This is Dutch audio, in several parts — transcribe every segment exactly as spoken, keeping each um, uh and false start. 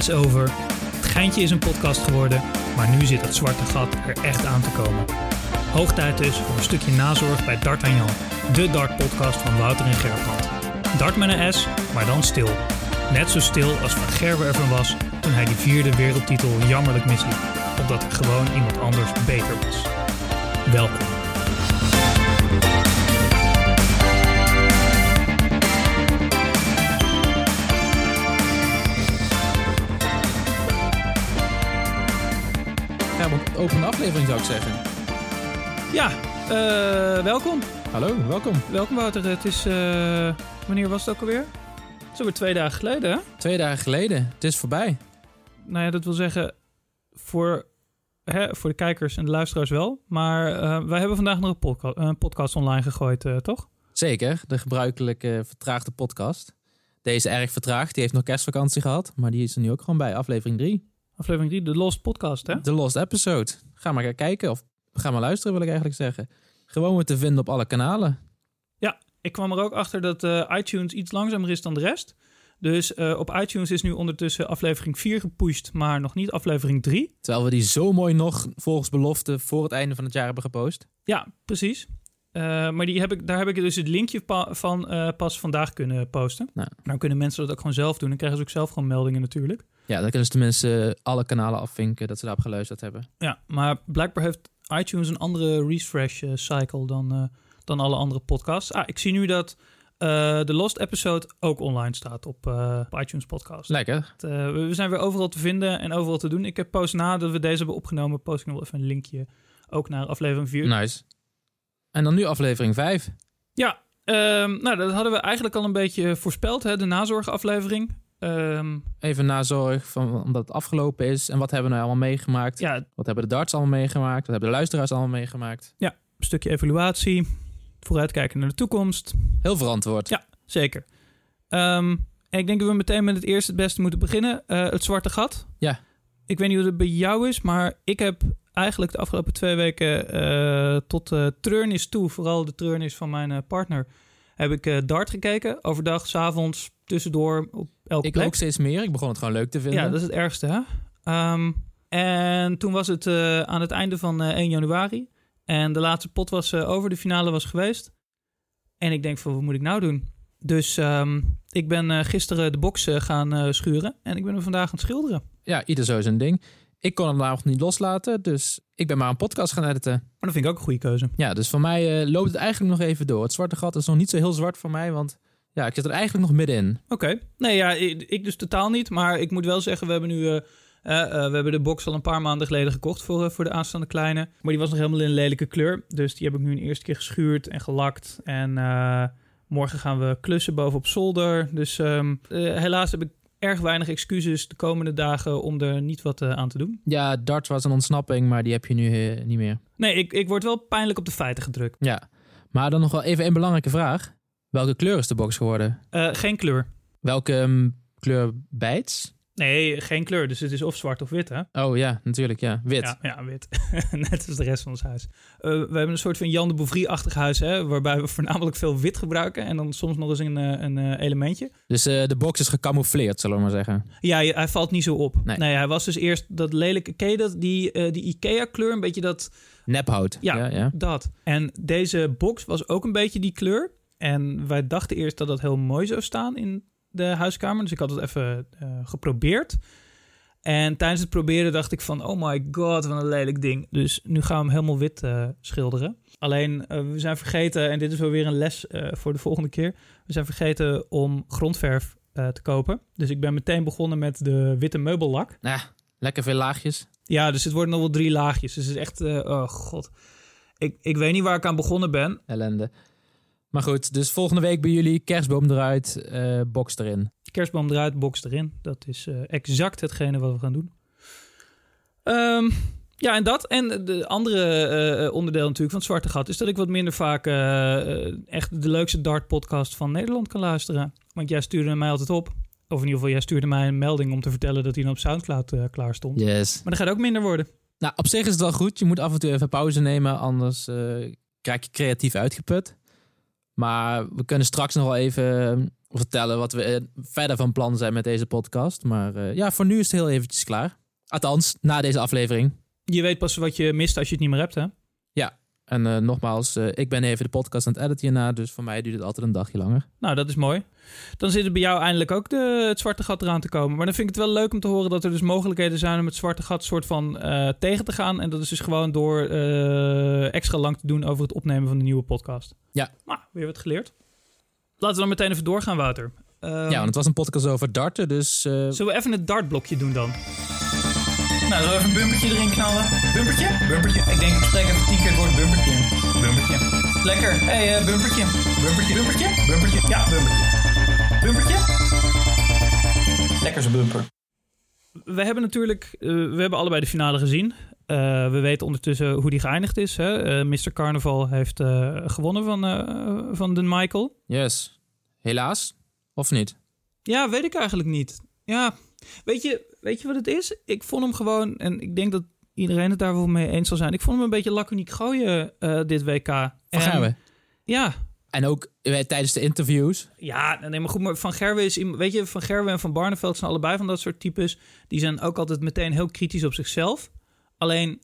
is over. Het geintje is een podcast geworden, maar nu zit het zwarte gat er echt aan te komen. Hoog tijd dus voor een stukje nazorg bij Dart en Jan, de Dart-podcast van Wouter en Gerbrand. Dart met een S, maar dan stil. Net zo stil als Van Gerwen ervan was toen hij die vierde wereldtitel jammerlijk misliep, omdat er gewoon iemand anders beter was. Welkom. Ja, want opene aflevering zou ik zeggen. Ja, uh, welkom. Hallo, welkom. Welkom Wouter. Het is, uh, wanneer was het ook alweer? Het is alweer twee dagen geleden, hè? Twee dagen geleden. Het is voorbij. Nou ja, dat wil zeggen, voor, hè, voor de kijkers en de luisteraars wel. Maar uh, wij hebben vandaag nog een, podca- een podcast online gegooid, uh, toch? Zeker, de gebruikelijke vertraagde podcast. Deze erg vertraagd, die heeft nog kerstvakantie gehad. Maar die is er nu ook gewoon bij, aflevering drie. Aflevering drie, de Lost Podcast, hè? De Lost Episode. Ga maar kijken, of ga maar luisteren, wil ik eigenlijk zeggen. Gewoon weer te vinden op alle kanalen. Ja, ik kwam er ook achter dat uh, iTunes iets langzamer is dan de rest. Dus uh, op iTunes is nu ondertussen aflevering vier gepusht, maar nog niet aflevering drie. Terwijl we die zo mooi nog volgens belofte voor het einde van het jaar hebben gepost. Ja, precies. Uh, maar die heb ik, daar heb ik dus het linkje pa- van uh, pas vandaag kunnen posten. Nou. Dan kunnen mensen dat ook gewoon zelf doen. Dan krijgen ze ook zelf gewoon meldingen natuurlijk. Ja, dan kunnen ze tenminste alle kanalen afvinken dat ze daarop geluisterd hebben. Ja, maar blijkbaar heeft iTunes een andere refresh uh, cycle dan, uh, dan alle andere podcasts. Ah, ik zie nu dat uh, de Lost Episode ook online staat op, uh, op iTunes podcast. Lekker. Het, uh, we zijn weer overal te vinden en overal te doen. Ik heb post nadat we deze hebben opgenomen, post ik nog wel even een linkje ook naar aflevering vier. Nice. En dan nu aflevering vijf. Ja, um, nou dat hadden we eigenlijk al een beetje voorspeld, hè, de nazorgaflevering. Um, Even nazorg van omdat het afgelopen is. En wat hebben we nou allemaal meegemaakt? Ja, wat hebben de darts allemaal meegemaakt? Wat hebben de luisteraars allemaal meegemaakt? Ja, een stukje evaluatie. Vooruitkijken naar de toekomst. Heel verantwoord. Ja, zeker. Um, en ik denk dat we meteen met het eerste het beste moeten beginnen. Uh, het zwarte gat. Ja. Ik weet niet hoe het bij jou is, maar ik heb eigenlijk de afgelopen twee weken uh, tot uh, treurnis toe, vooral de treurnis van mijn uh, partner, heb ik uh, Dart gekeken. Overdag, 's avonds, tussendoor, op elke ik plek. ook steeds meer. Ik begon het gewoon leuk te vinden. Ja, dat is het ergste, hè? Um, en toen was het uh, aan het einde van uh, één januari. En de laatste pot was uh, over, de finale was geweest. En ik denk van, wat moet ik nou doen? Dus um, ik ben uh, gisteren de box uh, gaan uh, schuren. En ik ben er vandaag aan het schilderen. Ja, ieder zo zijn ding. Ik kon hem nog niet loslaten, dus ik ben maar een podcast gaan editen. Maar dat vind ik ook een goede keuze. Ja, dus voor mij uh, loopt het eigenlijk nog even door. Het zwarte gat is nog niet zo heel zwart voor mij, want ja, ik zit er eigenlijk nog middenin. Oké. Okay. Nee, ja, ik, ik dus totaal niet. Maar ik moet wel zeggen, we hebben nu uh, uh, uh, we hebben de box al een paar maanden geleden gekocht voor, uh, voor de aanstaande kleine. Maar die was nog helemaal in een lelijke kleur. Dus die heb ik nu een eerste keer geschuurd en gelakt. En uh, morgen gaan we klussen bovenop zolder. Dus um, uh, helaas heb ik erg weinig excuses de komende dagen om er niet wat uh, aan te doen. Ja, Dart was een ontsnapping, maar die heb je nu uh, niet meer. Nee, ik, ik word wel pijnlijk op de feiten gedrukt. Ja, maar dan nog wel even een belangrijke vraag. Welke kleur is de box geworden? Uh, geen kleur. Welke um, kleur bijts? Nee, geen kleur. Dus het is of zwart of wit, hè? Oh ja, natuurlijk, ja. Wit. Ja, ja wit. Net als de rest van ons huis. Uh, we hebben een soort van Jan de Bouvry-achtig huis, hè? Waarbij we voornamelijk veel wit gebruiken. En dan soms nog eens een, een, een elementje. Dus uh, de box is gecamoufleerd, zullen we maar zeggen. Ja, hij valt niet zo op. Nee, nee hij was dus eerst dat lelijke... Ken je dat? Die, uh, die Ikea-kleur, een beetje dat... Nephout. Ja, ja, ja, dat. En deze box was ook een beetje die kleur. En wij dachten eerst dat dat heel mooi zou staan in de huiskamer. Dus ik had het even uh, geprobeerd. En tijdens het proberen dacht ik van, oh my god, wat een lelijk ding. Dus nu gaan we hem helemaal wit uh, schilderen. Alleen, uh, we zijn vergeten, en dit is wel weer een les uh, voor de volgende keer. We zijn vergeten om grondverf uh, te kopen. Dus ik ben meteen begonnen met de witte meubellak. Ja, lekker veel laagjes. Ja, dus het worden nog wel drie laagjes. Dus het is echt, uh, oh god. Ik, ik weet niet waar ik aan begonnen ben. Ellende. Maar goed, dus volgende week bij jullie kerstboom eruit, uh, box erin. Kerstboom eruit, box erin. Dat is uh, exact hetgene wat we gaan doen. Um, ja, en dat. En de andere uh, onderdeel natuurlijk van het zwarte gat is dat ik wat minder vaak uh, echt de leukste Dart-podcast van Nederland kan luisteren. Want jij stuurde mij altijd op. Of in ieder geval, jij stuurde mij een melding om te vertellen dat hij dan op Soundcloud uh, klaar stond. Yes. Maar dat gaat ook minder worden. Nou, op zich is het wel goed. Je moet af en toe even pauze nemen, anders uh, krijg je creatief uitgeput. Maar we kunnen straks nog wel even vertellen wat we verder van plan zijn met deze podcast. Maar uh, ja, voor nu is het heel eventjes klaar. Althans, na deze aflevering. Je weet pas wat je mist als je het niet meer hebt, hè? Ja, en uh, nogmaals, uh, ik ben even de podcast aan het editen hierna. Dus voor mij duurt het altijd een dagje langer. Nou, dat is mooi. Dan zit het bij jou eindelijk ook de, het zwarte gat eraan te komen. Maar dan vind ik het wel leuk om te horen dat er dus mogelijkheden zijn om het zwarte gat soort van uh, tegen te gaan. En dat is dus gewoon door uh, extra lang te doen over het opnemen van de nieuwe podcast. Ja. Nou, weer wat geleerd. Laten we dan meteen even doorgaan, Wouter. Uh, ja, want het was een podcast over darten, dus... Uh... Zullen we even het dartblokje doen dan? Nou, zullen we even een bumpertje erin knallen? Bumpertje? Bumpertje. Ik denk, ik spreek even tien keer het woord bumpertje in. Bumpertje. Lekker. Hé, hey, uh, bumpertje. Bumpertje. Bumpertje. Bumpertje. Ja, bumpertje. Bumpertje. Lekker zo'n bumper. We hebben natuurlijk... Uh, we hebben allebei de finale gezien. Uh, we weten ondertussen hoe die geëindigd is. Hè? Uh, mister Carnival heeft uh, gewonnen van, uh, van Den Michael. Yes. Helaas. Of niet? Ja, weet ik eigenlijk niet. Ja, weet je, weet je wat het is? Ik vond hem gewoon... En ik denk dat iedereen het daar wel mee eens zal zijn. Ik vond hem een beetje laconiek gooien uh, dit W K. Van Gerwen? Ja. En ook uh, tijdens de interviews? Ja, nee, maar goed, maar Van Gerwen is... Weet je, Van Gerwen en Van Barneveld zijn allebei van dat soort types. Die zijn ook altijd meteen heel kritisch op zichzelf. Alleen,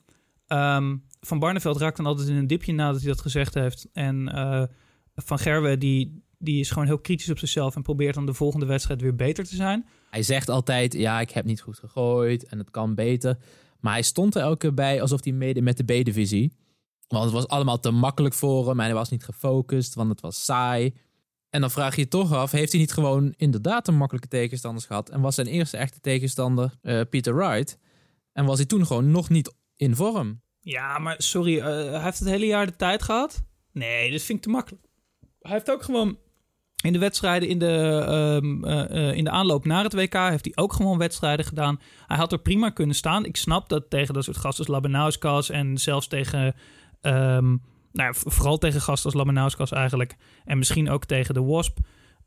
um, Van Barneveld raakt dan altijd in een dipje nadat hij dat gezegd heeft. En uh, Van Gerwen, die, die is gewoon heel kritisch op zichzelf en probeert dan de volgende wedstrijd weer beter te zijn. Hij zegt altijd, ja, ik heb niet goed gegooid en het kan beter. Maar hij stond er elke keer bij alsof hij meedeed met de B-divisie. Want het was allemaal te makkelijk voor hem en hij was niet gefocust, want het was saai. En dan vraag je je toch af, heeft hij niet gewoon inderdaad een makkelijke tegenstanders gehad? En was zijn eerste echte tegenstander uh, Peter Wright? En was hij toen gewoon nog niet in vorm? Ja, maar sorry, uh, hij heeft het hele jaar de tijd gehad? Nee, dat vind ik te makkelijk. Hij heeft ook gewoon in de wedstrijden, in de, um, uh, uh, in de aanloop naar het W K... heeft hij ook gewoon wedstrijden gedaan. Hij had er prima kunnen staan. Ik snap dat tegen dat soort gasten als Labanauskas en zelfs tegen... Um, nou ja, vooral tegen gasten als Labanauskas eigenlijk. En misschien ook tegen de Wasp.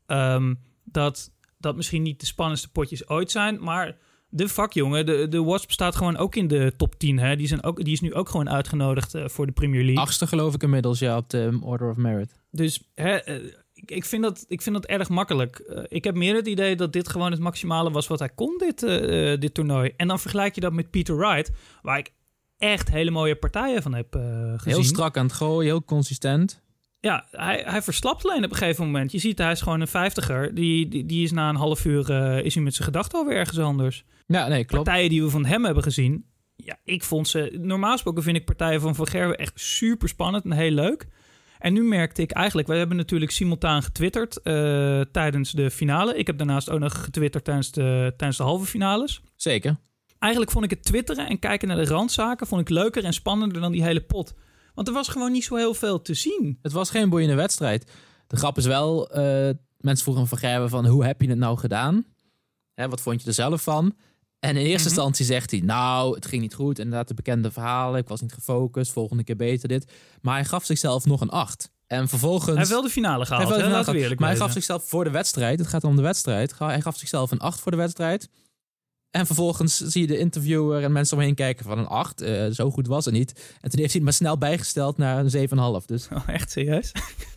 Um, dat dat misschien niet de spannendste potjes ooit zijn, maar... De fuck, jongen. De, de Wasp staat gewoon ook in de top tien. Hè? Die, zijn ook, die is nu ook gewoon uitgenodigd uh, voor de Premier League. Achtste geloof ik inmiddels, ja, op de um, Order of Merit. Dus hè, uh, ik, ik, vind dat, ik vind dat erg makkelijk. Uh, ik heb meer het idee dat dit gewoon het maximale was wat hij kon, dit, uh, dit toernooi. En dan vergelijk je dat met Peter Wright, waar ik echt hele mooie partijen van heb uh, gezien. Heel strak aan het gooien, heel consistent. Ja, hij, hij verslapt alleen op een gegeven moment. Je ziet, hij is gewoon een vijftiger. Die, die, die is na een half uur uh, is hij met zijn gedachten alweer ergens anders. Ja, nee, klopt. Partijen die we van hem hebben gezien, ja, ik vond ze... Normaal gesproken vind ik partijen van Van Gerwen echt super spannend en heel leuk. En nu merkte ik eigenlijk... Wij hebben natuurlijk simultaan getwitterd uh, tijdens de finale. Ik heb daarnaast ook nog getwitterd tijdens de, tijdens de halve finales. Zeker. Eigenlijk vond ik het twitteren en kijken naar de randzaken... vond ik leuker en spannender dan die hele pot. Want er was gewoon niet zo heel veel te zien. Het was geen boeiende wedstrijd. De grap is wel... Uh, mensen vroegen Van Gerwen van... Hoe heb je het nou gedaan? Hè, wat vond je er zelf van? En in eerste mm-hmm. instantie zegt hij... Nou, het ging niet goed. Inderdaad, de bekende verhalen. Ik was niet gefocust. Volgende keer beter dit. Maar hij gaf zichzelf nog een acht. En vervolgens... Hij heeft wel de finale gehaald. Hij hè? Laten we eerlijk maar wezen. hij gaf zichzelf voor de wedstrijd... Het gaat om de wedstrijd. Hij gaf zichzelf een acht voor de wedstrijd. En vervolgens zie je de interviewer en mensen omheen kijken van een acht. Uh, zo goed was het niet. En toen heeft hij het maar snel bijgesteld naar een zeven komma vijf. Dus... Oh, echt serieus?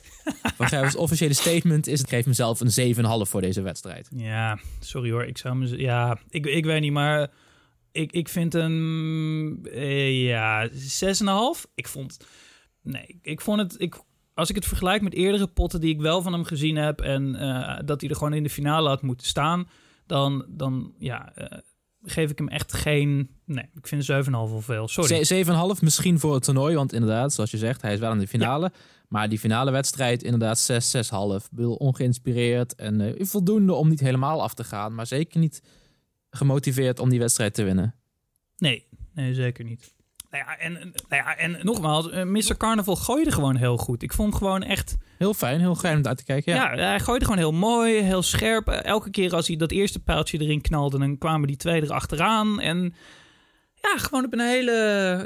Van Gerwen's officiële statement is... Ik geef mezelf een zeven komma vijf voor deze wedstrijd. Ja, sorry hoor. Ik zou me... Ja, ik, ik weet niet, maar... Ik, ik vind een... Uh, ja, zes komma vijf. Ik vond... Nee, ik vond het... Ik, als ik het vergelijk met eerdere potten die ik wel van hem gezien heb... en uh, dat hij er gewoon in de finale had moeten staan... dan, dan ja... Uh, geef ik hem echt geen... Nee, ik vind zeven komma vijf al veel. Sorry. zeven komma vijf misschien voor het toernooi. Want inderdaad, zoals je zegt, hij is wel in de finale. Ja. Maar die finale wedstrijd inderdaad zes, zes komma vijf. Bedoel, ongeïnspireerd. En uh, voldoende om niet helemaal af te gaan. Maar zeker niet gemotiveerd om die wedstrijd te winnen. Nee, nee zeker niet. Nou ja, en, nou ja, en nogmaals, uh, mister Carnival gooide gewoon heel goed. Ik vond hem gewoon echt... Heel fijn, heel fijn om uit te kijken. Ja. ja, hij gooide gewoon heel mooi, heel scherp. Elke keer als hij dat eerste pijltje erin knalde... dan kwamen die twee erachteraan. En ja, gewoon op een hele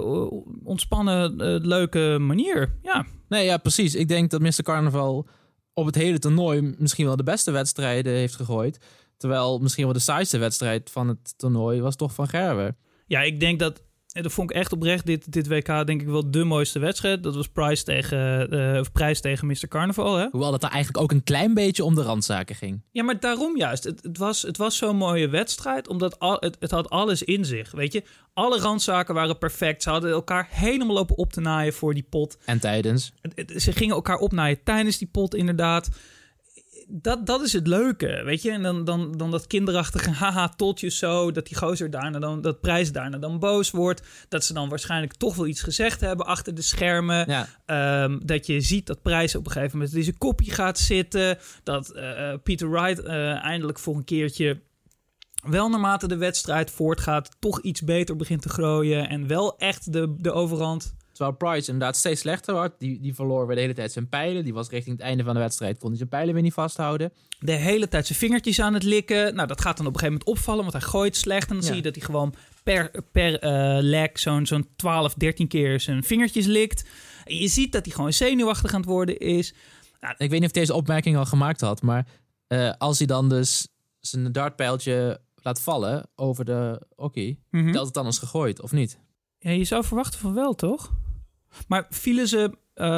uh, ontspannen, uh, leuke manier. Ja. Nee, ja, precies. Ik denk dat mister Carnival op het hele toernooi... misschien wel de beste wedstrijden heeft gegooid. Terwijl misschien wel de saaiste wedstrijd van het toernooi was toch Van Gerwen. Ja, ik denk dat... En dat vond ik echt oprecht dit, dit W K denk ik wel de mooiste wedstrijd. Dat was Price tegen, uh, of Prijs tegen mister Carnival. Hè? Hoewel dat daar eigenlijk ook een klein beetje om de randzaken ging. Ja, maar daarom juist. Het, het was, het was zo'n mooie wedstrijd, omdat al, het, het had alles in zich, weet je. Alle randzaken waren perfect. Ze hadden elkaar helemaal lopen op te naaien voor die pot. En tijdens. Het, het, ze gingen elkaar opnaaien tijdens die pot, inderdaad. Dat, dat is het leuke, weet je. En dan, dan, dan dat kinderachtige haha, toltjes zo, dat die gozer daarna dan, dat Prijs daarna dan boos wordt. Dat ze dan waarschijnlijk toch wel iets gezegd hebben achter de schermen. Ja. Um, dat je ziet dat Prijs op een gegeven moment in zijn kopje gaat zitten. Dat uh, Peter Wright uh, eindelijk voor een keertje wel naarmate de wedstrijd voortgaat toch iets beter begint te gooien. En wel echt de, de overhand. Terwijl Price inderdaad steeds slechter wordt. Die, die verloor weer de hele tijd zijn pijlen. Die was richting het einde van de wedstrijd. Kon hij zijn pijlen weer niet vasthouden. De hele tijd zijn vingertjes aan het likken. Nou, dat gaat dan op een gegeven moment opvallen. Want hij gooit slecht. En dan ja. zie je dat hij gewoon per, per uh, leg zo'n, zo'n twaalf, dertien keer zijn vingertjes likt. En je ziet dat hij gewoon zenuwachtig aan het worden is. Nou, ik weet niet of deze opmerking al gemaakt had. Maar uh, als hij dan dus zijn dartpijltje laat vallen over de hockey. Mm-hmm. Telt het dan als gegooid, of niet? Ja, je zou verwachten van wel, toch? Maar vielen ze,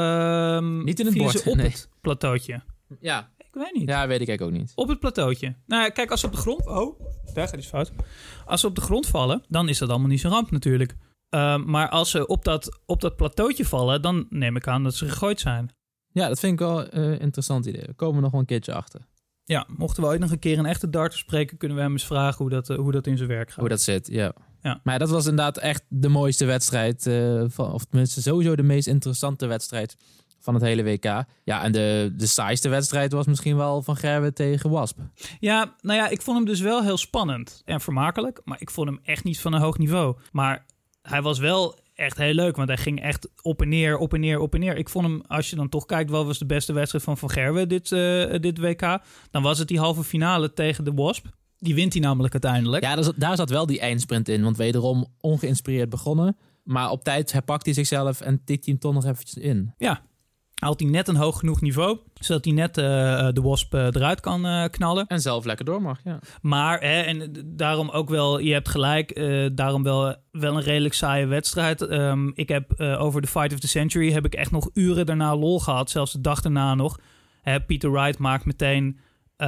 uh, niet in het vielen bord, ze op nee. het plateautje? Ja. Ik weet niet. Ja, weet ik eigenlijk ook niet. Op het plateautje. Nou, kijk, als ze op de grond... Oh, daar gaat iets fout. Als ze op de grond vallen, dan is dat allemaal niet zo'n ramp natuurlijk. Uh, maar als ze op dat, op dat plateautje vallen, dan neem ik aan dat ze gegooid zijn. Ja, dat vind ik wel een uh, interessant idee. Daar komen we nog wel een keertje achter. Ja, mochten we ooit nog een keer een echte darter spreken, kunnen we hem eens vragen hoe dat, uh, hoe dat in zijn werk gaat. Hoe dat zit, ja. Ja. Maar dat was inderdaad echt de mooiste wedstrijd. Uh, van, of tenminste sowieso de meest interessante wedstrijd van het hele W K. Ja, en de, de saaiste wedstrijd was misschien wel Van Gerwen tegen Wasp. Ja, nou ja, ik vond hem dus wel heel spannend en vermakelijk. Maar ik vond hem echt niet van een hoog niveau. Maar hij was wel echt heel leuk, want hij ging echt op en neer, op en neer, op en neer. Ik vond hem, als je dan toch kijkt, wel was de beste wedstrijd van Van Gerwen dit, uh, dit W K. Dan was het die halve finale tegen de Wasp. Die wint hij namelijk uiteindelijk. Ja, daar zat, daar zat wel die eindsprint in. Want wederom ongeïnspireerd begonnen. Maar op tijd herpakt hij zichzelf en tikt hij hem toch nog eventjes in. Ja, haalt hij net een hoog genoeg niveau, zodat hij net uh, de Wasp uh, eruit kan uh, knallen. En zelf lekker door mag, ja. Maar, hè, en daarom ook wel, je hebt gelijk, uh, daarom wel, wel een redelijk saaie wedstrijd. Um, ik heb uh, over de Fight of the Century heb ik echt nog uren daarna lol gehad. Zelfs de dag daarna nog. Hè, Peter Wright maakt meteen... Uh,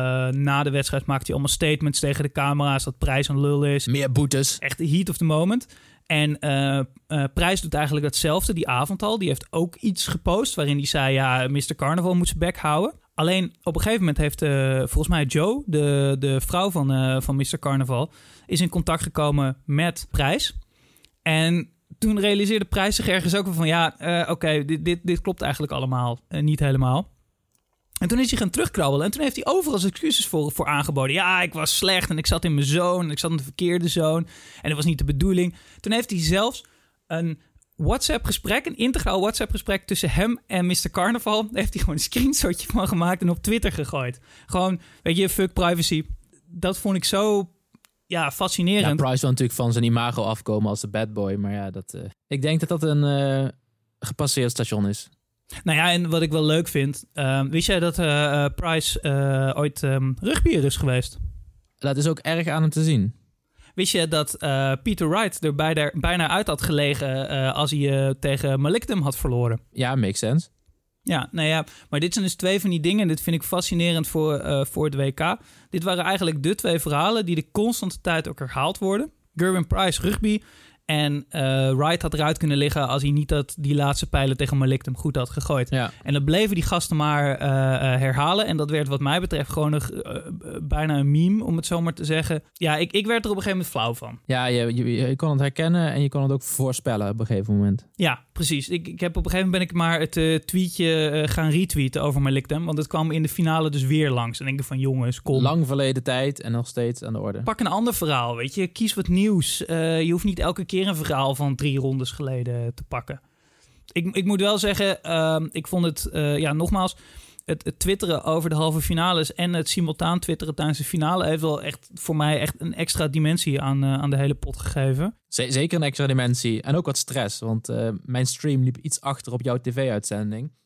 na de wedstrijd maakt hij allemaal statements tegen de camera's dat Prijs een lul is. Meer boetes. Echt de heat of the moment. En uh, uh, Prijs doet eigenlijk hetzelfde die avond al. Die heeft ook iets gepost waarin hij zei... ja, mister Carnival moet zijn bek houden. Alleen op een gegeven moment heeft uh, volgens mij Joe... de, de vrouw van, uh, van mister Carnival... is in contact gekomen met Prijs. En toen realiseerde Prijs zich ergens ook van... ja, uh, oké, okay, dit, dit, dit klopt eigenlijk allemaal uh, niet helemaal... En toen is hij gaan terugkrabbelen. En toen heeft hij overal excuses voor, voor aangeboden. Ja, ik was slecht en ik zat in mijn zone. En ik zat in de verkeerde zone. En dat was niet de bedoeling. Toen heeft hij zelfs een WhatsApp-gesprek, een integraal WhatsApp-gesprek tussen hem en mister Carnival. Daar heeft hij gewoon een screenshotje van gemaakt en op Twitter gegooid. Gewoon, weet je, fuck privacy. Dat vond ik zo, ja, fascinerend. Ja, Price wil natuurlijk van zijn imago afkomen als de bad boy. Maar ja, dat, uh, ik denk dat dat een uh, gepasseerd station is. Nou ja, en wat ik wel leuk vind... Uh, wist jij dat uh, Price uh, ooit um, rugbier is geweest? Dat is ook erg aan hem te zien. Wist je dat uh, Peter Wright er bijna, bijna uit had gelegen... Uh, als hij uh, tegen Malikdem had verloren? Ja, makes sense. Ja, nou ja, maar dit zijn dus twee van die dingen... dit vind ik fascinerend voor, uh, voor het W K. Dit waren eigenlijk de twee verhalen... die de constante tijd ook herhaald worden. Gerwin Price, rugby... En uh, Wright had eruit kunnen liggen als hij niet dat die laatste pijlen tegen Malikdem goed had gegooid. Ja. En dat bleven die gasten maar uh, uh, herhalen. En dat werd wat mij betreft gewoon een, uh, bijna een meme, om het zo maar te zeggen. Ja, ik, ik werd er op een gegeven moment flauw van. Ja, je, je, je kon het herkennen en je kon het ook voorspellen op een gegeven moment. Ja, precies. Ik, ik heb op een gegeven moment ben ik maar het uh, tweetje uh, gaan retweeten over Malikdem. Want het kwam in de finale dus weer langs. En ik dacht van jongens, kom. Lang verleden tijd en nog steeds aan de orde. Pak een ander verhaal, weet je. Kies wat nieuws. Uh, je hoeft niet elke keer een verhaal van drie rondes geleden te pakken. Ik, ik moet wel zeggen, uh, ik vond het, uh, ja, nogmaals, het, het twitteren over de halve finales en het simultaan twitteren tijdens de finale heeft wel echt voor mij echt een extra dimensie aan, uh, aan de hele pot gegeven. Z- zeker een extra dimensie en ook wat stress, want uh, mijn stream liep iets achter op jouw tv-uitzending.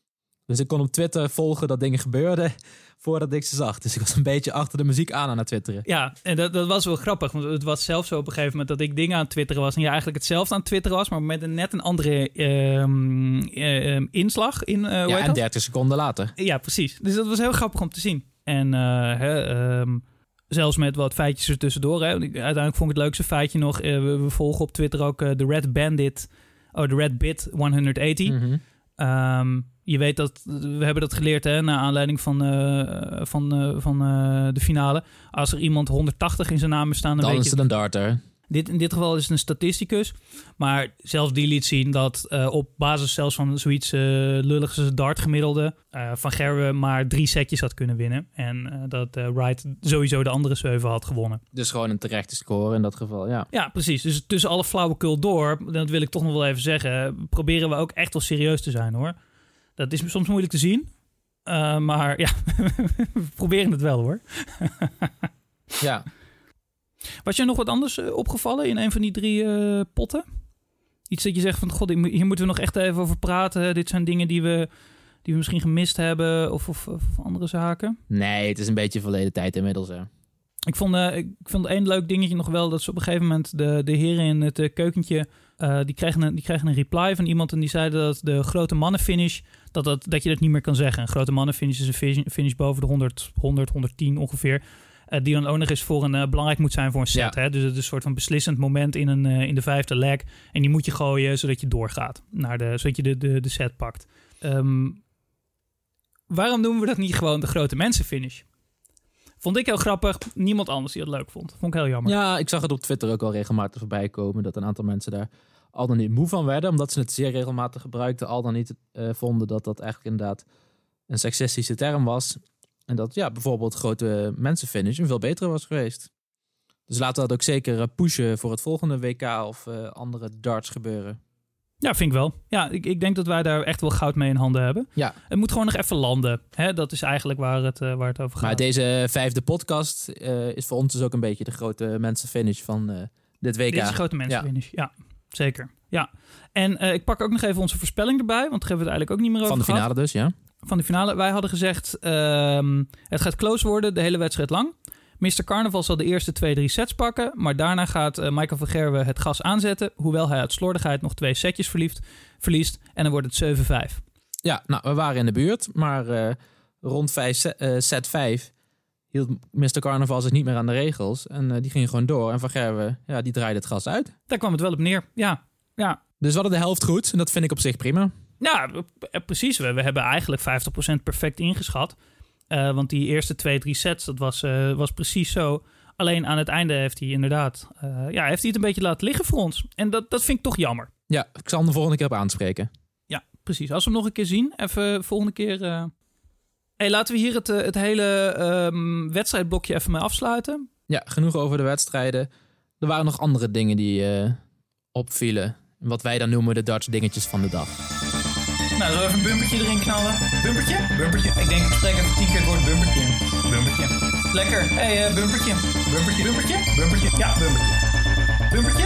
Dus ik kon op Twitter volgen dat dingen gebeurden voordat ik ze zag. Dus ik was een beetje achter de muziek aan aan het twitteren. Ja, en dat, dat was wel grappig. Want het was zelfs zo op een gegeven moment dat ik dingen aan het twitteren was. En je eigenlijk hetzelfde aan het twitteren was, maar met een net een andere um, uh, inslag. In, uh, hoe ja, heet en dat? dertig seconden later. Ja, precies. Dus dat was heel grappig om te zien. En uh, hè, um, zelfs met wat feitjes er tussendoor. Hè. Uiteindelijk vond ik het leukste feitje nog. Uh, we, we volgen op Twitter ook uh, de Red Bandit. Oh, de Red Bit honderdtachtig. Mm-hmm. Um, je weet dat, we hebben dat geleerd hè, naar aanleiding van, uh, van, uh, van uh, de finale. Als er iemand honderdtachtig in zijn naam is staan, dan, dan weet is je... het een darter. Dit, in dit geval is het een statisticus. Maar zelfs die liet zien dat uh, op basis zelfs van zoiets uh, lulligs als het dartgemiddelde uh, Van Gerwen maar drie setjes had kunnen winnen. En uh, dat uh, Wright sowieso de andere zeven had gewonnen. Dus gewoon een terechte score in dat geval, ja. Ja, precies. Dus tussen alle flauwekul door, dat wil ik toch nog wel even zeggen, proberen we ook echt wel serieus te zijn, hoor. Dat is soms moeilijk te zien. Uh, maar ja, we proberen het wel, hoor. Ja. Was je nog wat anders uh, opgevallen in een van die drie uh, potten? Iets dat je zegt van, god, hier moeten we nog echt even over praten. Dit zijn dingen die we, die we misschien gemist hebben of, of, of andere zaken. Nee, het is een beetje verleden tijd inmiddels, hè. Ik vond, uh, ik vond één leuk dingetje nog wel, dat ze op een gegeven moment de, de heren in het uh, keukentje, uh, die, kregen een, die kregen een reply van iemand en die zeiden dat de grote mannenfinish, dat, dat, dat je dat niet meer kan zeggen. Een grote mannenfinish is een finish boven de honderd, honderd, honderdtien ongeveer. Uh, die dan ook nog eens voor een, uh, belangrijk moet zijn voor een set. Ja. Hè? Dus het is een soort van beslissend moment in, een, uh, in de vijfde leg. En die moet je gooien zodat je doorgaat. Naar de, zodat je de, de, de set pakt. Um, waarom noemen we dat niet gewoon de grote mensenfinish? Vond ik heel grappig. Niemand anders die het leuk vond. Vond ik heel jammer. Ja, ik zag het op Twitter ook al regelmatig voorbij komen. Dat een aantal mensen daar al dan niet moe van werden. Omdat ze het zeer regelmatig gebruikten. Al dan niet uh, vonden dat dat eigenlijk inderdaad een seksistische term was. En dat ja, bijvoorbeeld grote mensenfinish een veel betere was geweest. Dus laten we dat ook zeker pushen voor het volgende W K of uh, andere darts gebeuren. Ja, vind ik wel. Ja, ik, ik denk dat wij daar echt wel goud mee in handen hebben. Ja. Het moet gewoon nog even landen. Hè? Dat is eigenlijk waar het, uh, waar het over gaat. Maar deze vijfde podcast uh, is voor ons dus ook een beetje de grote mensenfinish van uh, dit W K. Dit is de grote mensenfinish, ja. ja. Zeker. Ja. En uh, ik pak ook nog even onze voorspelling erbij, want daar hebben we het eigenlijk ook niet meer over Van de gehad. finale dus, ja. Van de finale. Wij hadden gezegd, um, het gaat close worden, de hele wedstrijd lang. mister Carnaval zal de eerste twee, drie sets pakken, maar daarna gaat uh, Michael van Gerwen het gas aanzetten, hoewel hij uit slordigheid nog twee setjes verliest, verliest en dan wordt het zeven vijf. Ja, nou, we waren in de buurt, maar uh, rond vijf, set, uh, set vijf hield mister Carnaval zich niet meer aan de regels en uh, die ging gewoon door en Van Gerwen, ja, die draaide het gas uit. Daar kwam het wel op neer, ja. ja. Dus we hadden de helft goed en dat vind ik op zich prima. Ja, precies. We, we hebben eigenlijk vijftig procent perfect ingeschat. Uh, want die eerste twee, drie sets, dat was, uh, was precies zo. Alleen aan het einde heeft hij inderdaad... Uh, ja, heeft hij het een beetje laten liggen voor ons. En dat, dat vind ik toch jammer. Ja, ik zal hem de volgende keer op aanspreken. Ja, precies. Als we hem nog een keer zien, even volgende keer... Uh... Hey, laten we hier het, het hele um, wedstrijdblokje even mee afsluiten. Ja, genoeg over de wedstrijden. Er waren nog andere dingen die uh, opvielen. Wat wij dan noemen de darts dingetjes van de dag. Nou, zullen we even een bumpertje erin knallen? Bumpertje? Bumpertje. Ik denk, ik spreek even tien keer het woord bumpertje in. Bumpertje. Lekker. Hé, hey, uh, bumpertje. Bumpertje. Bumpertje? Bumpertje. Ja, bumpertje. Bumpertje?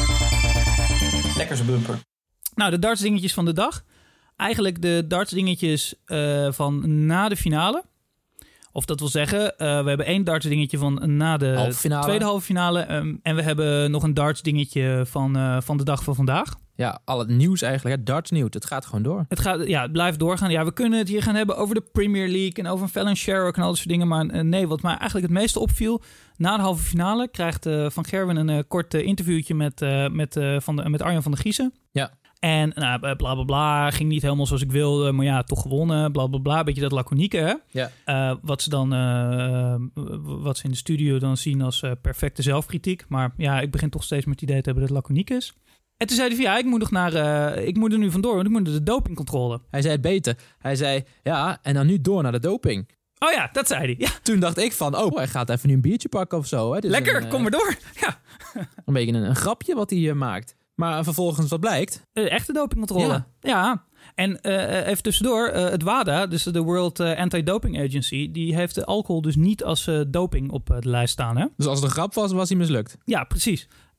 Lekker zo'n bumper. Nou, de darts dingetjes van de dag. Eigenlijk de darts dingetjes uh, van na de finale. Of dat wil zeggen, uh, we hebben één darts dingetje van na de halve tweede halve finale. Um, en we hebben nog een darts dingetje van, uh, van de dag van vandaag. Ja, al het nieuws eigenlijk, hè? Darts nieuws. Het gaat gewoon door. Het, gaat, ja, het blijft doorgaan. Ja, we kunnen het hier gaan hebben over de Premier League en over Fallon Sherrock en al dat soort dingen. Maar uh, nee, wat mij eigenlijk het meeste opviel, na de halve finale krijgt uh, Van Gerwen een uh, kort uh, interviewtje met, uh, met, uh, van de, met Arjan van der Giezen. Ja. En nou, bla bla bla, ging niet helemaal zoals ik wilde, maar ja, toch gewonnen, bla bla bla. Beetje dat laconieke, hè? Ja. Uh, wat ze dan, uh, wat ze in de studio dan zien als uh, perfecte zelfkritiek. Maar ja, ik begin toch steeds met het idee te hebben dat het laconiek is. En toen zei hij van ja, ik moet nog naar, uh, ik moet er nu vandoor, want ik moet naar de dopingcontrole. Hij zei het beter. Hij zei, ja, en dan nu door naar de doping. Oh ja, dat zei hij. Ja. Toen dacht ik van, oh, hij gaat even nu een biertje pakken of zo. Hè? Dus lekker, een, kom maar door. Ja. Een beetje een, een grapje wat hij uh, maakt. Maar vervolgens, wat blijkt? Uh, echte dopingcontrole. Ja. ja. En uh, even tussendoor, uh, het WADA, dus de World uh, Anti-Doping Agency, die heeft de alcohol dus niet als uh, doping op uh, de lijst staan. Hè? Dus als het een grap was, was hij mislukt? Ja, precies.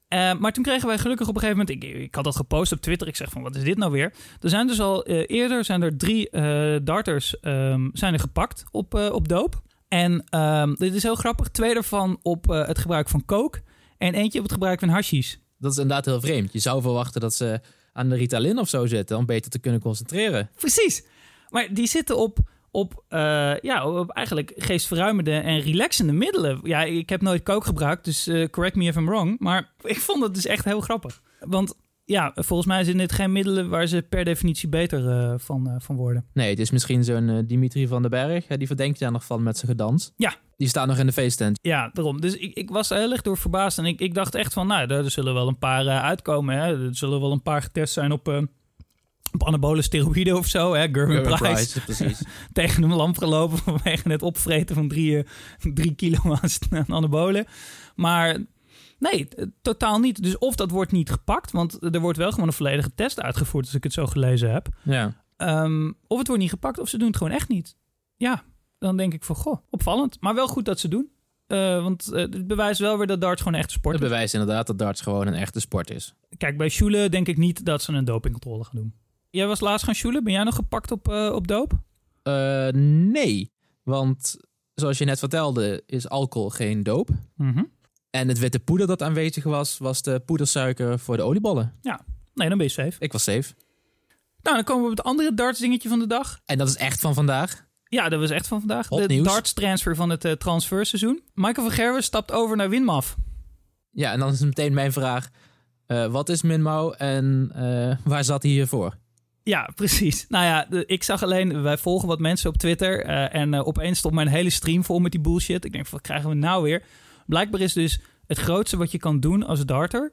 Uh, maar toen kregen wij gelukkig op een gegeven moment... Ik, ik had dat gepost op Twitter. Ik zeg van, wat is dit nou weer? Er zijn dus al uh, eerder zijn er drie uh, darters um, zijn er gepakt op, uh, op doop. En um, dit is heel grappig. Twee daarvan op uh, het gebruik van coke. En eentje op het gebruik van hashish. Dat is inderdaad heel vreemd. Je zou verwachten dat ze aan de Ritalin of zo zitten... om beter te kunnen concentreren. Precies. Maar die zitten op... Op, uh, ja, op eigenlijk geestverruimende en relaxende middelen. Ja, ik heb nooit coke gebruikt, dus uh, correct me if I'm wrong. Maar ik vond het dus echt heel grappig. Want ja, volgens mij zijn dit geen middelen waar ze per definitie beter uh, van, uh, van worden. Nee, het is misschien zo'n uh, Dimitri van den Berg. Die verdenkt je daar nog van met zijn gedans. Ja. Die staat nog in de feesttent. Ja, daarom. Dus ik, ik was er heel erg door verbaasd. En ik, ik dacht echt van, nou, er zullen wel een paar uh, uitkomen. Hè? Er zullen wel een paar getest zijn op... Uh, op anabole steroïden of zo, hè? Gerwin Price. Price precies. Tegen een lamp gelopen vanwege het opvreten van drie, drie kilo aan anabolen. Maar nee, totaal niet. Dus of dat wordt niet gepakt, want er wordt wel gewoon een volledige test uitgevoerd, als ik het zo gelezen heb. Ja. Um, of het wordt niet gepakt, of ze doen het gewoon echt niet. Ja, dan denk ik van, goh, opvallend. Maar wel goed dat ze doen. Uh, want uh, het bewijst wel weer dat darts gewoon een echte sport is. Het bewijst inderdaad dat darts gewoon een echte sport is. Kijk, bij Schule denk ik niet dat ze een dopingcontrole gaan doen. Jij was laatst gaan sjoelen. Ben jij nog gepakt op, uh, op doop? Uh, nee, want zoals je net vertelde is alcohol geen doop. Mm-hmm. En het witte poeder dat aanwezig was, was de poedersuiker voor de oliebollen. Ja, nee, dan ben je safe. Ik was safe. Nou, dan komen we op het andere darts dingetje van de dag. En dat is echt van vandaag? Ja, dat was echt van vandaag. Hot de nieuws. Darts transfer van het uh, transferseizoen. Michael van Gerwen stapt over naar Winmaf. Ja, en dan is meteen mijn vraag. Uh, wat is Minmau en uh, waar zat hij hiervoor? Ja, precies. Nou ja, de, ik zag alleen... Wij volgen wat mensen op Twitter. Uh, en uh, opeens stond mijn hele stream vol met die bullshit. Ik denk, wat krijgen we nou weer? Blijkbaar is dus het grootste wat je kan doen als darter...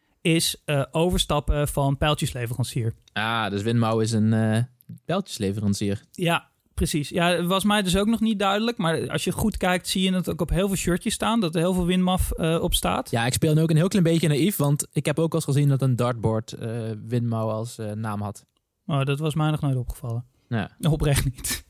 is uh, overstappen van pijltjesleverancier. Ah, dus Winmau is een uh, pijltjesleverancier. Ja, precies. Ja, het was mij dus ook nog niet duidelijk. Maar als je goed kijkt, zie je het ook op heel veel shirtjes staan. Dat er heel veel Winmaf uh, op staat. Ja, ik speel nu ook een heel klein beetje naïef. Want ik heb ook al eens gezien dat een dartboard uh, Winmau als uh, naam had. Oh, dat was mij nog nooit opgevallen. Ja. Oprecht niet.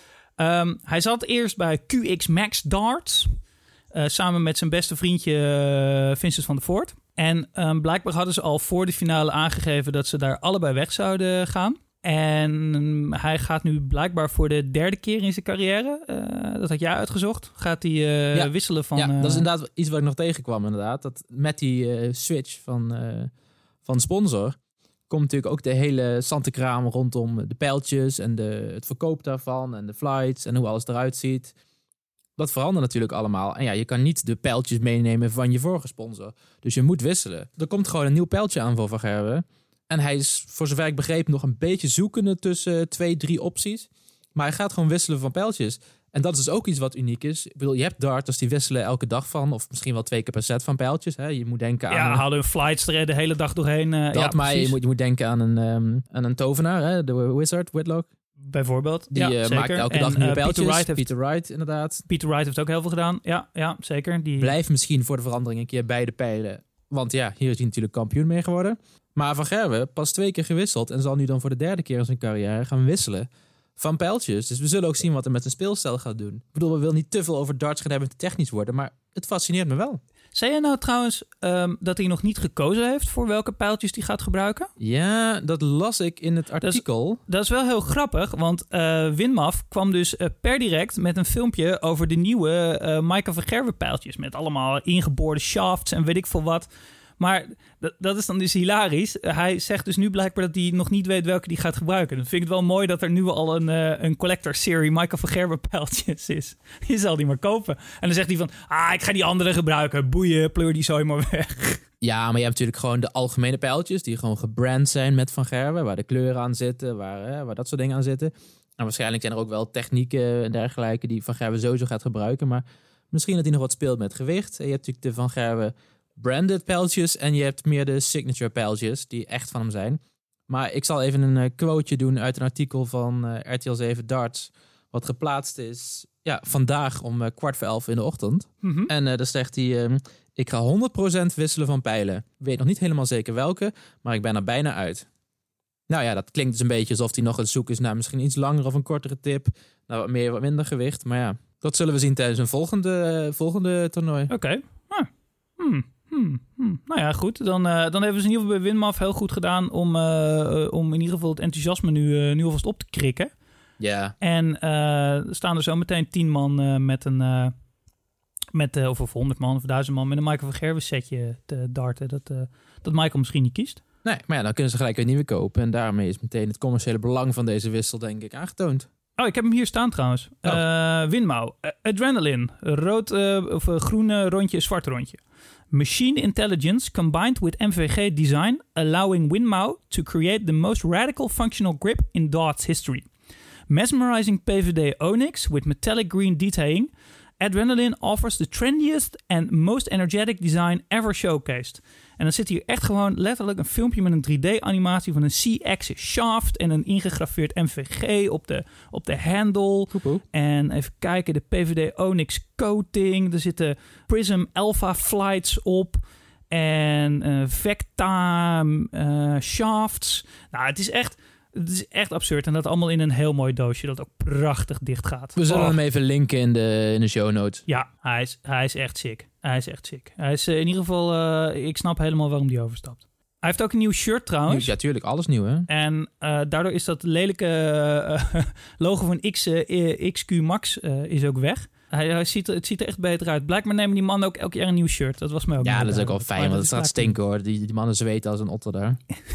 um, hij zat eerst bij Q X Max Darts. Uh, samen met zijn beste vriendje uh, Vincent van der Voort. En um, blijkbaar hadden ze al voor de finale aangegeven... dat ze daar allebei weg zouden gaan. En um, hij gaat nu blijkbaar voor de derde keer in zijn carrière... Uh, dat had jij uitgezocht. Gaat hij uh, ja. wisselen van... Ja, uh, dat is inderdaad iets wat ik nog tegenkwam inderdaad. Dat met die uh, switch van, uh, van sponsor... komt natuurlijk ook de hele zantekraam rondom de pijltjes... en de, het verkoop daarvan en de flights en hoe alles eruit ziet. Dat verandert natuurlijk allemaal. En ja, je kan niet de pijltjes meenemen van je vorige sponsor. Dus je moet wisselen. Er komt gewoon een nieuw pijltje aan voor Van Gerwen. En hij is, voor zover ik begreep, nog een beetje zoekende tussen twee, drie opties. Maar hij gaat gewoon wisselen van pijltjes. En dat is dus ook iets wat uniek is. Ik bedoel, je hebt darters die wisselen elke dag van... of misschien wel twee keer per set van pijltjes. Hè? Je moet denken aan... Ja, hadden flights er de hele dag doorheen. Uh, dat, ja, maar je moet, je moet denken aan een, um, aan een tovenaar, hè? De wizard, Whitlock. Bijvoorbeeld. Die ja, uh, zeker. maakt elke en, dag nieuwe uh, pijltjes. Peter Wright, heeft, Peter Wright, inderdaad. Peter Wright heeft ook heel veel gedaan. Ja, ja zeker. Die... Blijft misschien voor de verandering een keer bij de pijlen. Want ja, hier is hij natuurlijk kampioen mee geworden. Maar Van Gerwen pas twee keer gewisseld... en zal nu dan voor de derde keer in zijn carrière gaan wisselen van pijltjes. Dus we zullen ook zien wat er met zijn speelstijl gaat doen. Ik bedoel, we willen niet te veel over darts gaan hebben te technisch worden... maar het fascineert me wel. Zei jij nou trouwens um, dat hij nog niet gekozen heeft... voor welke pijltjes hij gaat gebruiken? Ja, dat las ik in het artikel. Dat is, dat is wel heel grappig, want uh, Winmaf kwam dus uh, per direct... met een filmpje over de nieuwe uh, Michael van Gerwen pijltjes... met allemaal ingeboorde shafts en weet ik veel wat... Maar dat, dat is dan dus hilarisch. Hij zegt dus nu blijkbaar dat hij nog niet weet welke hij gaat gebruiken. Dan vind ik het wel mooi dat er nu al een, uh, een collector serie Michael van Gerwen pijltjes is. Je zal die maar kopen. En dan zegt hij van, ah, ik ga die andere gebruiken. Boeien, pleur die zooi maar weg. Ja, maar je hebt natuurlijk gewoon de algemene pijltjes... die gewoon gebrand zijn met Van Gerwen... waar de kleuren aan zitten, waar, hè, waar dat soort dingen aan zitten. En waarschijnlijk zijn er ook wel technieken en dergelijke... die Van Gerwen sowieso gaat gebruiken. Maar misschien dat hij nog wat speelt met gewicht. En je hebt natuurlijk de Van Gerwen... branded pijltjes en je hebt meer de signature pijltjes die echt van hem zijn. Maar ik zal even een uh, quoteje doen uit een artikel van uh, R T L zeven Darts, wat geplaatst is ja, vandaag om uh, kwart voor elf in de ochtend. Mm-hmm. En uh, daar zegt hij, uh, ik ga honderd procent wisselen van pijlen. Weet nog niet helemaal zeker welke, maar ik ben er bijna uit. Nou ja, dat klinkt dus een beetje alsof hij nog aan het zoeken is naar misschien iets langer of een kortere tip. Naar wat meer, wat minder gewicht. Maar ja, dat zullen we zien tijdens een volgende, uh, volgende toernooi. Oké. Okay. Ah. Hmm. Hmm. Hmm, hmm. Nou ja, goed. Dan, uh, dan hebben ze in ieder geval bij Winmaf heel goed gedaan om, uh, om in ieder geval het enthousiasme nu, uh, nu alvast op te krikken. Ja. En uh, er staan er zo meteen tien man uh, met een... Uh, met, uh, of, of honderd man of duizend man met een Michael van Gerwen setje te darten. Dat, uh, dat Michael misschien niet kiest. Nee, maar ja, dan kunnen ze gelijk weer nieuwe kopen. En daarmee is meteen het commerciële belang van deze wissel, denk ik, aangetoond. Oh, ik heb hem hier staan trouwens. Oh. Uh, Winmau. Uh, Adrenaline. Rood uh, of uh, groen rondje, zwart rondje. Machine intelligence combined with M V G design, allowing Winmau to create the most radical functional grip in darts history. Mesmerizing P V D Onyx with metallic green detailing. Adrenaline offers the trendiest and most energetic design ever showcased. En dan zit hier echt gewoon letterlijk een filmpje met een drie D-animatie van een C-axis shaft en een ingegraveerd M V G op de, op de handle. Poepoe. En even kijken, de P V D Onyx coating. Er zitten Prism Alpha flights op. En uh, Vecta uh, shafts. Nou, het is echt... Het is echt absurd. En dat allemaal in een heel mooi doosje dat ook prachtig dicht gaat. We zullen oh. hem even linken in de, in de show notes. Ja, hij is, hij is echt sick. Hij is echt sick. Hij is uh, in ieder geval... Uh, ik snap helemaal waarom hij overstapt. Hij heeft ook een nieuw shirt trouwens. Ja, tuurlijk. Alles nieuw, hè? En uh, daardoor is dat lelijke uh, logo van X, uh, X Q Max uh, is ook weg. Hij, hij ziet er, het ziet er echt beter uit. Blijkbaar nemen die mannen ook elk jaar een nieuw shirt. Dat was mij ook. Ja, dat is ook wel fijn, want het gaat stinken hoor. Die, die mannen zweten als een otter daar.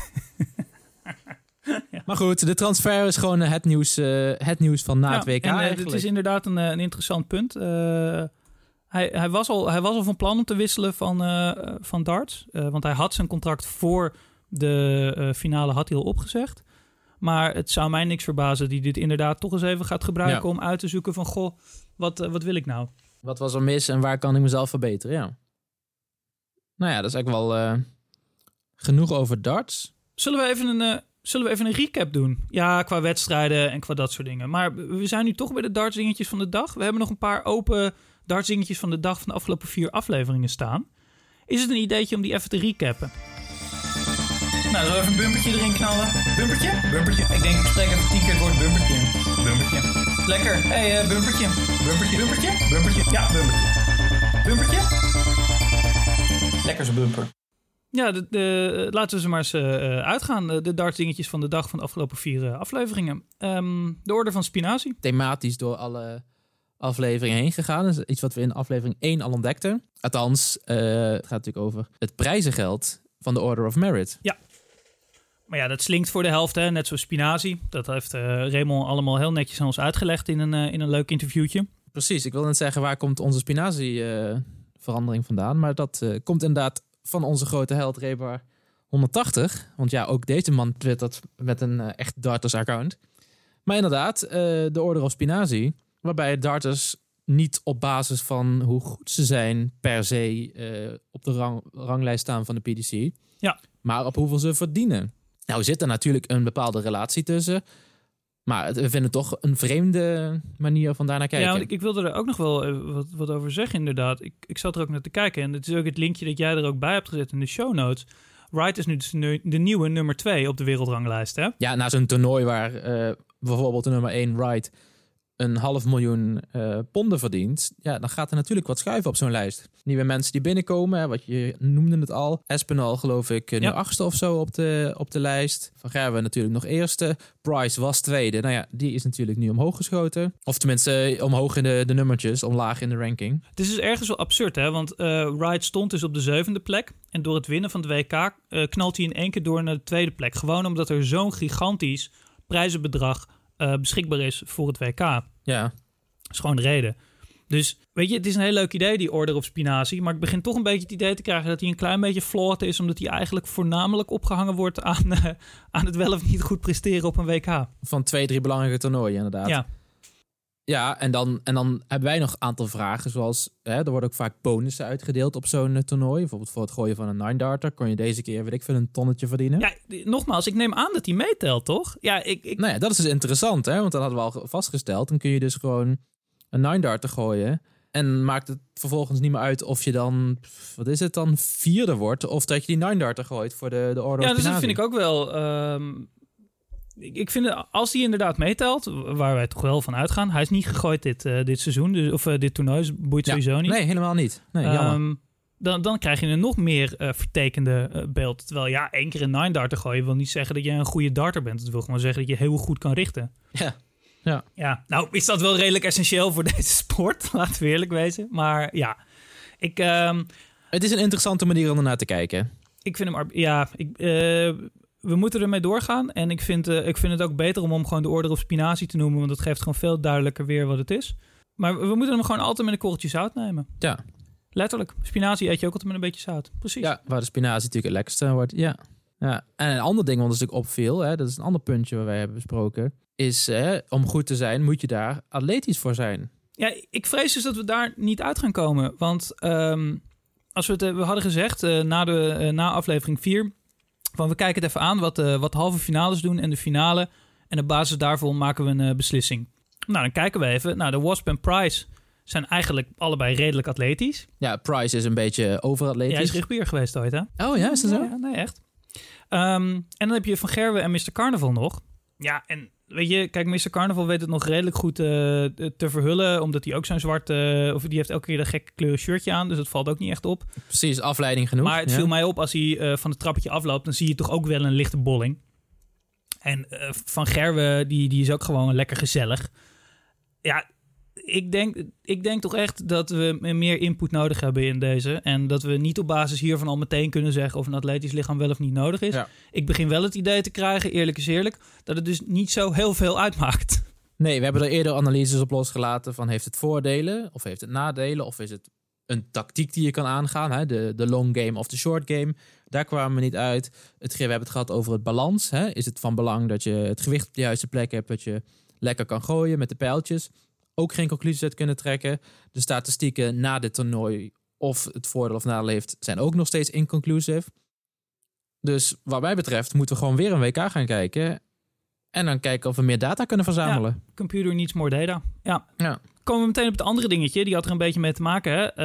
Ja. Maar goed, de transfer is gewoon het nieuws, uh, het nieuws van na ja, het W K. En, uh, het is inderdaad een, een interessant punt. Uh, hij, hij, was al, hij was al van plan om te wisselen van, uh, van darts. Uh, want hij had zijn contract voor de uh, finale had hij al opgezegd. Maar het zou mij niks verbazen die dit inderdaad toch eens even gaat gebruiken... Ja. om uit te zoeken van, goh, wat, uh, wat wil ik nou? Wat was er mis en waar kan ik mezelf verbeteren, ja. Nou ja, dat is eigenlijk wel uh, genoeg over darts. Zullen we even een... Uh, Zullen we even een recap doen? Ja, qua wedstrijden en qua dat soort dingen. Maar we zijn nu toch bij de dartsdingetjes van de dag. We hebben nog een paar open dartsdingetjes van de dag van de afgelopen vier afleveringen staan. Is het een ideetje om die even te recappen? Nou, zullen we even een bumpertje erin knallen? Bumpertje? Bumpertje. Ik denk, ik spreek even tien keer het woord bumpertje. Bumpertje. Lekker. Hé, hey, uh, bumpertje. Bumpertje. Bumpertje? Bumpertje. Ja, bumpertje. Bumpertje? Lekker zo'n bumper. Ja, de, de, laten we ze maar eens uh, uitgaan. De, de dartsdingetjes van de dag van de afgelopen vier uh, afleveringen. Um, de orde van Spinazie. Thematisch door alle afleveringen heen gegaan. Dat is iets wat we in aflevering één al ontdekten. Althans, uh, het gaat natuurlijk over het prijzengeld van de Order of Merit. Ja. Maar ja, dat slinkt voor de helft, hè? Net zoals Spinazie. Dat heeft uh, Raymond allemaal heel netjes aan ons uitgelegd in een, uh, in een leuk interviewtje. Precies, ik wil net zeggen, waar komt onze Spinazie-verandering uh, vandaan? Maar dat uh, komt inderdaad van onze grote held Rebar honderdtachtig. Want ja, ook deze man twittert met een uh, echt darters-account. Maar inderdaad, uh, de Order of Spinazie, waarbij darters niet op basis van hoe goed ze zijn per se uh, op de rang, ranglijst staan van de P D C. Ja. Maar op hoeveel ze verdienen. Nou zit er natuurlijk een bepaalde relatie tussen. Maar we vinden het toch een vreemde manier van daarnaar kijken. Ja, want ik, ik wilde er ook nog wel uh, wat, wat over zeggen inderdaad. Ik, ik zat er ook naar te kijken. En het is ook het linkje dat jij er ook bij hebt gezet in de show notes. Wright is nu dus de, de nieuwe nummer twee op de wereldranglijst, hè? Ja, na zo'n toernooi waar uh, bijvoorbeeld de nummer één Wright een half miljoen uh, ponden verdient, ja, dan gaat er natuurlijk wat schuiven op zo'n lijst. Nieuwe mensen die binnenkomen, hè, wat je noemde het al. Espinal geloof ik nu ja. achtste of zo op de, op de lijst. Van Gerwen natuurlijk nog eerste. Price was tweede. Nou ja, die is natuurlijk nu omhoog geschoten. Of tenminste omhoog in de, de nummertjes, omlaag in de ranking. Het is dus ergens wel absurd, hè? Want uh, Wright stond dus op de zevende plek. En door het winnen van het W K uh, knalt hij in één keer door naar de tweede plek. Gewoon omdat er zo'n gigantisch prijzenbedrag Uh, beschikbaar is voor het W K. Ja. Dat is gewoon de reden. Dus, weet je, het is een heel leuk idee, die Order of Spinazie. Maar ik begin toch een beetje het idee te krijgen dat hij een klein beetje flawed is, omdat hij eigenlijk voornamelijk opgehangen wordt aan, uh, aan het wel of niet goed presteren op een W K. Van twee, drie belangrijke toernooien, inderdaad. Ja. Ja, en dan, en dan hebben wij nog een aantal vragen, zoals hè, er worden ook vaak bonussen uitgedeeld op zo'n uh, toernooi. Bijvoorbeeld voor het gooien van een nine-darter kon je deze keer, weet ik veel, een tonnetje verdienen. Ja, nogmaals, ik neem aan dat hij meetelt, toch? Ja, ik, ik... Nou ja, dat is dus interessant, hè? Want dan hadden we al vastgesteld. Dan kun je dus gewoon een nine-darter gooien. En maakt het vervolgens niet meer uit of je dan, wat is het dan, vierde wordt. Of dat je die nine-darter gooit voor de, de Order ja, of Spinazie. Ja, dus dat vind ik ook wel. Um, ik, ik vind, als hij inderdaad meetelt, waar wij toch wel van uitgaan. Hij is niet gegooid dit, uh, dit seizoen, dus, of uh, dit toernooi, boeit ja, sowieso niet. Nee, helemaal niet. Nee, jammer. Um, dan, dan krijg je een nog meer uh, vertekende uh, beeld. Terwijl ja, één keer een nine darter gooien wil niet zeggen dat je een goede darter bent. Het wil gewoon zeggen dat je heel goed kan richten. Ja. Ja. Ja, nou is dat wel redelijk essentieel voor deze sport, laten we eerlijk wezen. Maar ja, ik... Um, het is een interessante manier om ernaar te kijken. Ik vind hem... Ja, ik, uh, we moeten ermee doorgaan. En ik vind, uh, ik vind het ook beter om hem gewoon de Order of Spinazie te noemen. Want dat geeft gewoon veel duidelijker weer wat het is. Maar we moeten hem gewoon altijd met een korreltje zout nemen. Ja. Letterlijk. Spinazie eet je ook altijd met een beetje zout. Precies. Ja, waar de spinazie natuurlijk het lekkerste wordt. Ja. Ja. En een ander ding wat ons natuurlijk opviel, hè, dat is een ander puntje wat wij hebben besproken, is hè, om goed te zijn moet je daar atletisch voor zijn. Ja, ik vrees dus dat we daar niet uit gaan komen. Want um, als we het we hadden gezegd uh, na, de, uh, na aflevering vier, van we kijken het even aan wat, uh, wat de halve finales doen en de finale. En op basis daarvan maken we een uh, beslissing. Nou, dan kijken we even. Nou, de Wasp en Price zijn eigenlijk allebei redelijk atletisch. Ja, Price is een beetje overatletisch. Ja, hij is rugbier geweest ooit, hè? Oh ja, is dat zo? Ja, nee, echt. Um, en dan heb je Van Gerwen en mister Carnival nog. Ja, en weet je, kijk, mister Carnival weet het nog redelijk goed uh, te verhullen, omdat hij ook zo'n zwart, uh, of die heeft elke keer een gekke kleuren shirtje aan, dus dat valt ook niet echt op. Precies, afleiding genoeg. Maar het ja. viel mij op, als hij uh, van het trappetje afloopt, dan zie je toch ook wel een lichte bolling. En uh, Van Gerwen, die, die is ook gewoon lekker gezellig. Ja, ik denk, ik denk toch echt dat we meer input nodig hebben in deze. En dat we niet op basis hiervan al meteen kunnen zeggen of een atletisch lichaam wel of niet nodig is. Ja. Ik begin wel het idee te krijgen, eerlijk is eerlijk, dat het dus niet zo heel veel uitmaakt. Nee, we hebben er eerder analyses op losgelaten van heeft het voordelen of heeft het nadelen of is het een tactiek die je kan aangaan. Hè? De, de long game of de short game. Daar kwamen we niet uit. Het, we hebben het gehad over het balans. Hè? Is het van belang dat je het gewicht op de juiste plek hebt, dat je lekker kan gooien met de pijltjes. Ook geen conclusies uit kunnen trekken. De statistieken na dit toernooi of het voordeel of nadeel heeft, zijn ook nog steeds inconclusive. Dus wat mij betreft moeten we gewoon weer een W K gaan kijken. En dan kijken of we meer data kunnen verzamelen. Ja, computer needs more data. Ja. ja. Komen we meteen op het andere dingetje. Die had er een beetje mee te maken. Hè?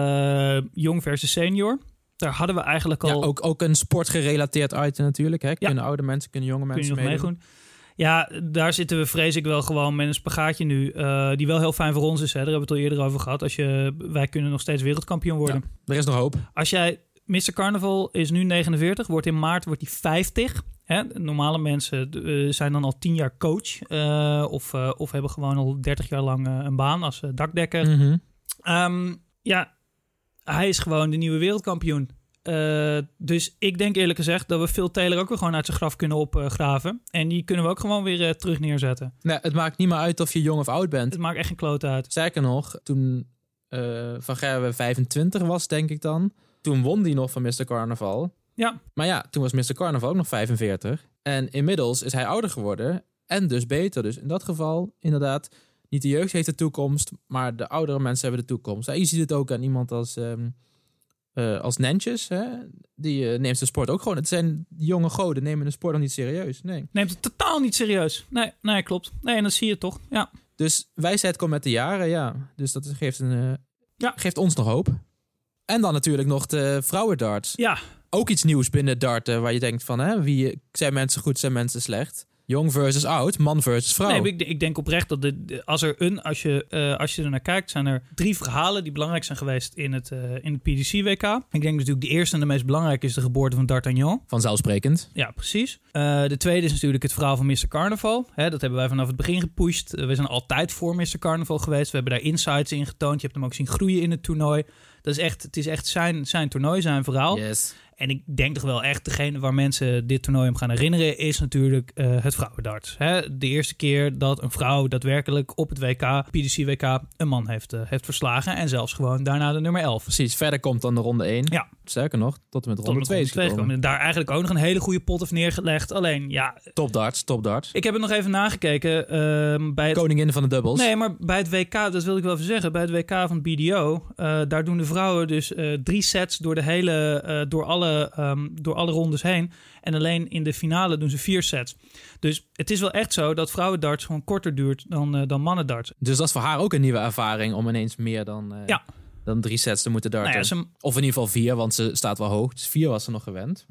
Uh, jong versus senior. Daar hadden we eigenlijk al... Ja, ook, ook een sportgerelateerd item natuurlijk. Hè? Kunnen ja. oude mensen, kunnen jonge mensen Kun je nog meedoen. Ja, daar zitten we vrees ik wel gewoon met een spagaatje nu. Uh, die wel heel fijn voor ons is. Hè? Daar hebben we het al eerder over gehad. Als je, wij kunnen nog steeds wereldkampioen worden. Ja, er is nog hoop. Als jij... mister Carnival is nu negenenveertig. Wordt in maart wordt hij vijftig. Hè? Normale mensen uh, zijn dan al tien jaar coach. Uh, of, uh, of hebben gewoon al dertig jaar lang uh, een baan als uh, dakdekker. Mm-hmm. Um, ja, hij is gewoon de nieuwe wereldkampioen. Uh, dus ik denk eerlijk gezegd dat we Phil Taylor ook weer gewoon uit zijn graf kunnen opgraven. En die kunnen we ook gewoon weer uh, terug neerzetten. Nee, het maakt niet meer uit of je jong of oud bent. Het maakt echt geen kloot uit. Sterker nog, toen uh, Van Gerwen vijfentwintig was, denk ik dan. Toen won die nog van mister Carnival. Ja. Maar ja, toen was mister Carnival ook nog vijfenveertig. En inmiddels is hij ouder geworden. En dus beter. Dus in dat geval, inderdaad, niet de jeugd heeft de toekomst. Maar de oudere mensen hebben de toekomst. Ja, je ziet het ook aan iemand als... Um, Uh, als Nentjes, hè? Die uh, neemt de sport ook gewoon. Het zijn jonge goden, nemen de sport nog niet serieus. Nee. Neemt het totaal niet serieus. Nee, nee, klopt. Nee, en dat zie je toch. Ja. Dus wijsheid komt met de jaren, ja. Dus dat geeft, een, uh, ja. geeft ons nog hoop. En dan natuurlijk nog de vrouwendarts. Ja. Ook iets nieuws binnen darten, waar je denkt van, hè, wie zijn mensen goed, zijn mensen slecht. Jong versus oud, man versus vrouw. Nee, ik, ik denk oprecht dat de, de, als er een, als je, uh, als je er naar kijkt, zijn er drie verhalen die belangrijk zijn geweest in het, uh, in het P D C W K. Ik denk natuurlijk de eerste en de meest belangrijke is de geboorte van D'Artagnan. Vanzelfsprekend. Ja, precies. Uh, de tweede is natuurlijk het verhaal van mister Carnival. Hè, dat hebben wij vanaf het begin gepusht. Uh, we zijn altijd voor mister Carnival geweest. We hebben daar insights in getoond. Je hebt hem ook zien groeien in het toernooi. Dat is echt, het is echt zijn, zijn toernooi, zijn verhaal. Yes. En ik denk toch wel echt, degene waar mensen dit toernooi om gaan herinneren, is natuurlijk uh, het vrouwendarts. Hè? De eerste keer dat een vrouw daadwerkelijk op het W K, P D C W K, een man heeft, uh, heeft verslagen. En zelfs gewoon daarna de nummer elf. Precies, verder komt dan de ronde één. Ja. Sterker nog, tot en met ronde twee is gekomen. En daar eigenlijk ook nog een hele goede pot heeft neergelegd. Alleen, ja... Top darts, top darts. Ik heb het nog even nagekeken. Uh, bij het... Koningin van de dubbels. Nee, maar bij het W K, dat wil ik wel even zeggen. Bij het W K van B D O, uh, daar doen de vrouwen dus uh, drie sets door de hele, uh, door alle... Um, door alle rondes heen. En alleen in de finale doen ze vier sets. Dus het is wel echt zo dat vrouwendarts gewoon korter duurt dan, uh, dan mannendarts. Dus dat is voor haar ook een nieuwe ervaring om ineens meer dan, uh, ja. dan drie sets te moeten darten. Nou ja, ze... Of in ieder geval vier, want ze staat wel hoog. Dus vier was ze nog gewend. Maar...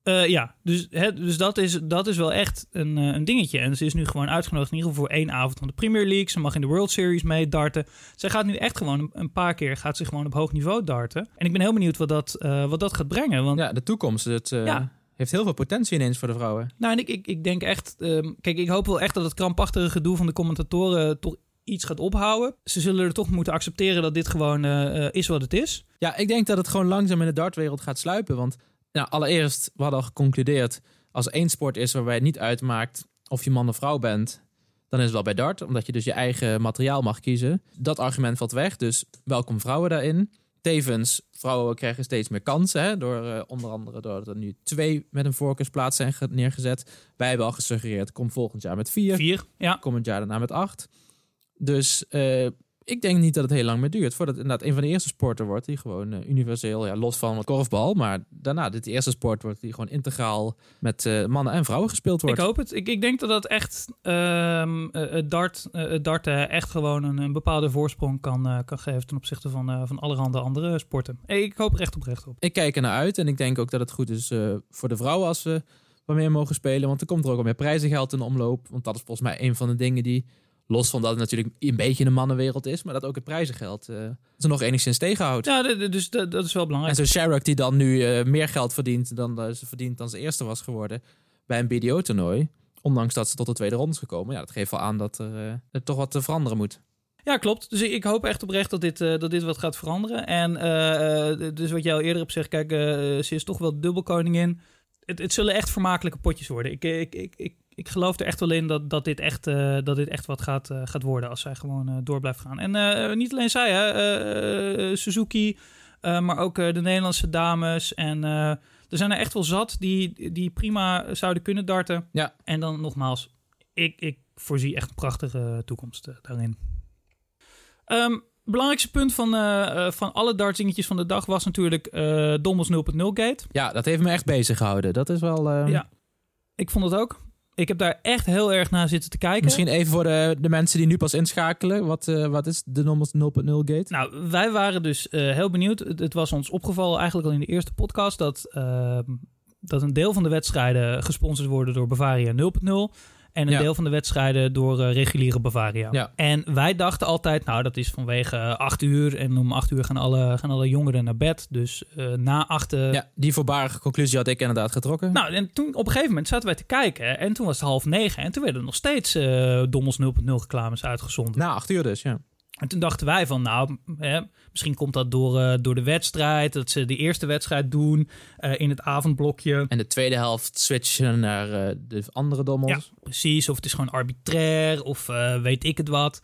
Uh, ja, dus, hè, dus dat, is, dat is wel echt een, uh, een dingetje. En ze is nu gewoon uitgenodigd in ieder geval voor één avond van de Premier League. Ze mag in de World Series mee darten. Zij gaat nu echt gewoon een paar keer gaat ze gewoon op hoog niveau darten. En ik ben heel benieuwd wat dat, uh, wat dat gaat brengen. Want, ja, de toekomst. Het uh, ja. heeft heel veel potentie ineens voor de vrouwen. Nou, en ik, ik, ik denk echt... Um, kijk, ik hoop wel echt dat het krampachtige gedoe van de commentatoren toch iets gaat ophouden. Ze zullen er toch moeten accepteren dat dit gewoon uh, is wat het is. Ja, ik denk dat het gewoon langzaam in de dartwereld gaat sluipen. Want nou, allereerst, we hadden al geconcludeerd, als er één sport is waarbij het niet uitmaakt of je man of vrouw bent, dan is het wel bij dart, omdat je dus je eigen materiaal mag kiezen. Dat argument valt weg, dus welkom vrouwen daarin. Tevens, vrouwen krijgen steeds meer kansen, hè, door uh, onder andere doordat er nu twee met een voorkeursplaats zijn neergezet. Wij hebben al gesuggereerd, kom volgend jaar met vier. Vier, ja. Komend jaar daarna met acht. Dus uh, ik denk niet dat het heel lang meer duurt voordat het inderdaad een van de eerste sporten wordt die gewoon uh, universeel, ja, los van het korfbal, maar daarna dit de eerste sport wordt die gewoon integraal met uh, mannen en vrouwen gespeeld wordt. Ik hoop het. Ik, ik denk dat dat echt uh, het dart, uh, het darten echt gewoon een, een bepaalde voorsprong kan, uh, kan geven ten opzichte van, uh, van allerhande andere sporten. Ik hoop er echt oprecht op. Ik kijk er naar uit en ik denk ook dat het goed is uh, voor de vrouwen als we wat meer mogen spelen, want er komt er ook al meer prijzengeld in de omloop, want dat is volgens mij een van de dingen die, los van dat het natuurlijk een beetje een mannenwereld is, maar dat ook het prijzengeld uh, ze nog enigszins tegenhoudt. Ja, d- d- dus d- dat is wel belangrijk. En zo Sharrock die dan nu uh, meer geld verdient dan uh, ze verdient dan ze eerste was geworden bij een B D O-toernooi, ondanks dat ze tot de tweede ronde is gekomen. Ja, dat geeft wel aan dat er, uh, er toch wat te veranderen moet. Ja, klopt. Dus ik, ik hoop echt oprecht dat dit, uh, dat dit wat gaat veranderen. En uh, uh, dus wat jij al eerder hebt gezegd, kijk, uh, ze is toch wel dubbelkoningin. Het, het zullen echt vermakelijke potjes worden. Ik, ik, ik, ik, ik geloof er echt wel in dat, dat, dit, echt, uh, dat dit echt wat gaat, uh, gaat worden als zij gewoon uh, door blijft gaan. En uh, niet alleen zij, hè. Uh, uh, Suzuki, uh, maar ook uh, de Nederlandse dames. En uh, er zijn er echt wel zat die, die prima zouden kunnen darten. Ja. En dan nogmaals, ik, ik voorzie echt een prachtige toekomst uh, daarin. Um, belangrijkste punt van, uh, van alle dartsingetjes van de dag was natuurlijk uh, Dommels nul punt nul gate. Ja, dat heeft me echt bezig gehouden. Dat is wel... Uh... Ja, ik vond het ook. Ik heb daar echt heel erg naar zitten te kijken. Misschien even voor de, de mensen die nu pas inschakelen. Wat, uh, wat is de Dommels nul punt nul gate? Nou, wij waren dus uh, heel benieuwd. Het, het was ons opgevallen eigenlijk al in de eerste podcast dat, uh, dat een deel van de wedstrijden gesponsord worden door Bavaria nul punt nul. En een ja. deel van de wedstrijden door uh, reguliere Bavaria. Ja. En wij dachten altijd, nou dat is vanwege uh, acht uur. En om acht uur gaan alle, gaan alle jongeren naar bed. Dus uh, na achten... Ja, die voorbarige conclusie had ik inderdaad getrokken. Nou, en toen op een gegeven moment zaten wij te kijken. En toen was het half negen. En toen werden er nog steeds uh, Dommels nul punt nul reclames uitgezonden. Na acht uur dus, ja. En toen dachten wij van, nou, hè, misschien komt dat door, uh, door de wedstrijd. Dat ze de eerste wedstrijd doen uh, in het avondblokje. En de tweede helft switchen naar uh, de andere dommels. Ja, precies. Of het is gewoon arbitrair of uh, weet ik het wat.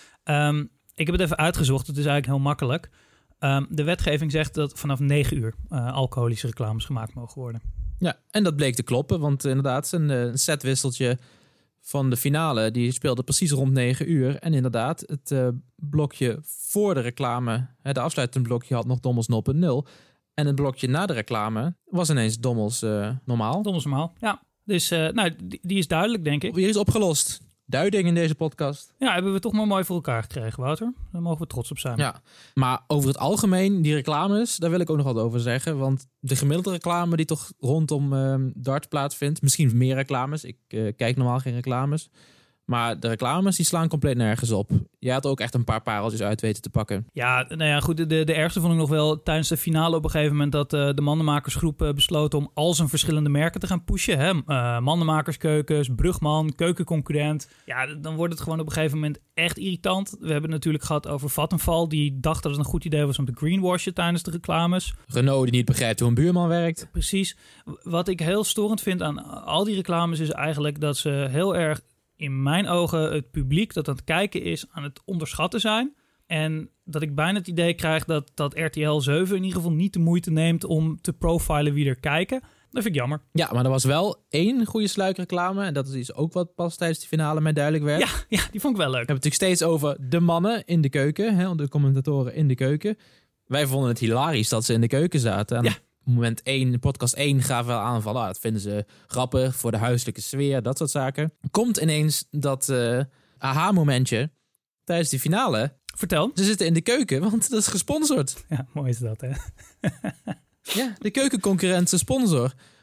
Um, ik heb het even uitgezocht. Het is eigenlijk heel makkelijk. Um, de wetgeving zegt dat vanaf negen uur uh, alcoholische reclames gemaakt mogen worden. Ja, en dat bleek te kloppen. Want inderdaad, een, een setwisseltje van de finale, die speelde precies rond negen uur. En inderdaad, het uh, blokje voor de reclame, hè, de afsluitende blokje had nog Dommels nul punt nul. En het blokje na de reclame was ineens Dommels uh, normaal. Dommels normaal, ja. Dus uh, nou, die, die is duidelijk, denk ik. Hier is opgelost. Duiding in deze podcast. Ja, hebben we toch maar mooi voor elkaar gekregen, Wouter. Daar mogen we trots op zijn. Ja, maar over het algemeen, die reclames, daar wil ik ook nog wat over zeggen. Want de gemiddelde reclame die toch rondom uh, dart plaatsvindt, misschien meer reclames. Ik uh, kijk normaal geen reclames. Maar de reclames die slaan compleet nergens op. Jij had ook echt een paar pareltjes uit weten te pakken. Ja, nou ja, goed. De, de ergste vond ik nog wel tijdens de finale op een gegeven moment dat uh, de mandenmakersgroep uh, besloot om al zijn verschillende merken te gaan pushen. Hè? Uh, mandenmakerskeukens, Brugman, keukenconcurrent. Ja, dan wordt het gewoon op een gegeven moment echt irritant. We hebben het natuurlijk gehad over Vattenfall. Die dacht dat het een goed idee was om te greenwashen tijdens de reclames. Renault die niet begrijpt hoe een buurman werkt. Precies. Wat ik heel storend vind aan al die reclames is eigenlijk dat ze heel erg, in mijn ogen, het publiek dat aan het kijken is aan het onderschatten zijn. En dat ik bijna het idee krijg dat, dat R T L zeven in ieder geval niet de moeite neemt om te profilen wie er kijken. Dat vind ik jammer. Ja, maar er was wel één goede sluikreclame. En dat is iets ook wat pas tijdens de finale mij duidelijk werd. Ja, ja, die vond ik wel leuk. We hebben het natuurlijk steeds over de mannen in de keuken. Hè, de commentatoren in de keuken. Wij vonden het hilarisch dat ze in de keuken zaten. En ja. Moment één, podcast één gaven wel aan van, ah, dat vinden ze grappig voor de huiselijke sfeer, dat soort zaken. Komt ineens dat uh, aha-momentje tijdens die finale. Vertel. Ze zitten in de keuken, want dat is gesponsord. Ja, mooi is dat, hè? Ja, de keukenconcurrent, zijn sponsor.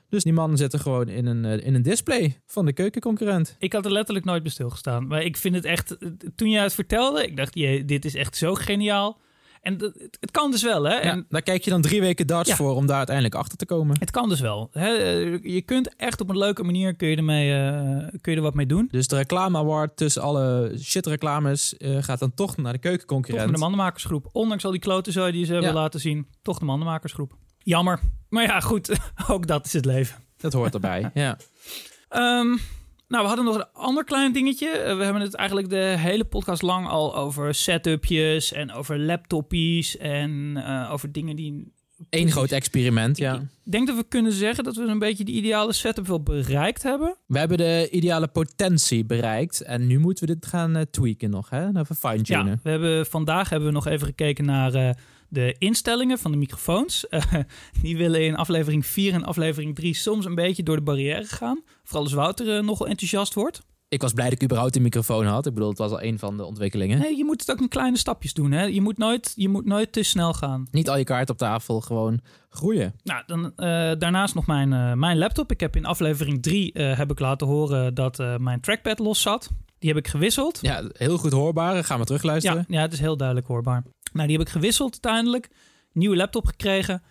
Dus die man zit er gewoon in een, uh, in een display van de keukenconcurrent. Ik had er letterlijk nooit bij stilgestaan. Maar ik vind het echt... Toen jij het vertelde, ik dacht, jee, dit is echt zo geniaal. En het, het kan dus wel, hè? Ja, en, daar kijk je dan drie weken darts ja. voor om daar uiteindelijk achter te komen. Het kan dus wel. Hè? Je kunt echt op een leuke manier kun je, ermee, uh, kun je er wat mee doen. Dus de reclame award tussen alle shit reclames uh, gaat dan toch naar de keukenconcurrent. Toch naar de mandenmakersgroep. Ondanks al die klote zooi die ze hebben ja. laten zien. Toch de mandenmakersgroep. Jammer. Maar ja, goed. Ook dat is het leven. Dat hoort erbij, ja. Um, nou, we hadden nog een ander klein dingetje. Uh, we hebben het eigenlijk de hele podcast lang al over setupjes en over laptoppies en uh, over dingen die... Eén groot experiment, ja. Ik denk dat we kunnen zeggen dat we een beetje de ideale setup wel bereikt hebben. We hebben de ideale potentie bereikt. En nu moeten we dit gaan uh, tweaken nog, hè? Even fine-tunen. Ja, we hebben, vandaag hebben we nog even gekeken naar uh, de instellingen van de microfoons. Uh, die willen in aflevering vier en aflevering drie soms een beetje door de barrière gaan. Vooral als Wouter uh, nogal enthousiast wordt. Ik was blij dat ik überhaupt een microfoon had. Ik bedoel, het was al een van de ontwikkelingen. Nee, je moet het ook in kleine stapjes doen. Hè? Je, moet nooit, je moet nooit te snel gaan. Niet al je kaart op tafel, gewoon groeien. Nou, dan, uh, daarnaast nog mijn, uh, mijn laptop. Ik heb in aflevering drie uh, heb ik laten horen dat uh, mijn trackpad los zat. Die heb ik gewisseld. Ja, heel goed hoorbaar. Gaan we terugluisteren. Ja, ja, het is heel duidelijk hoorbaar. Nou, die heb ik gewisseld uiteindelijk. Nieuwe laptop gekregen.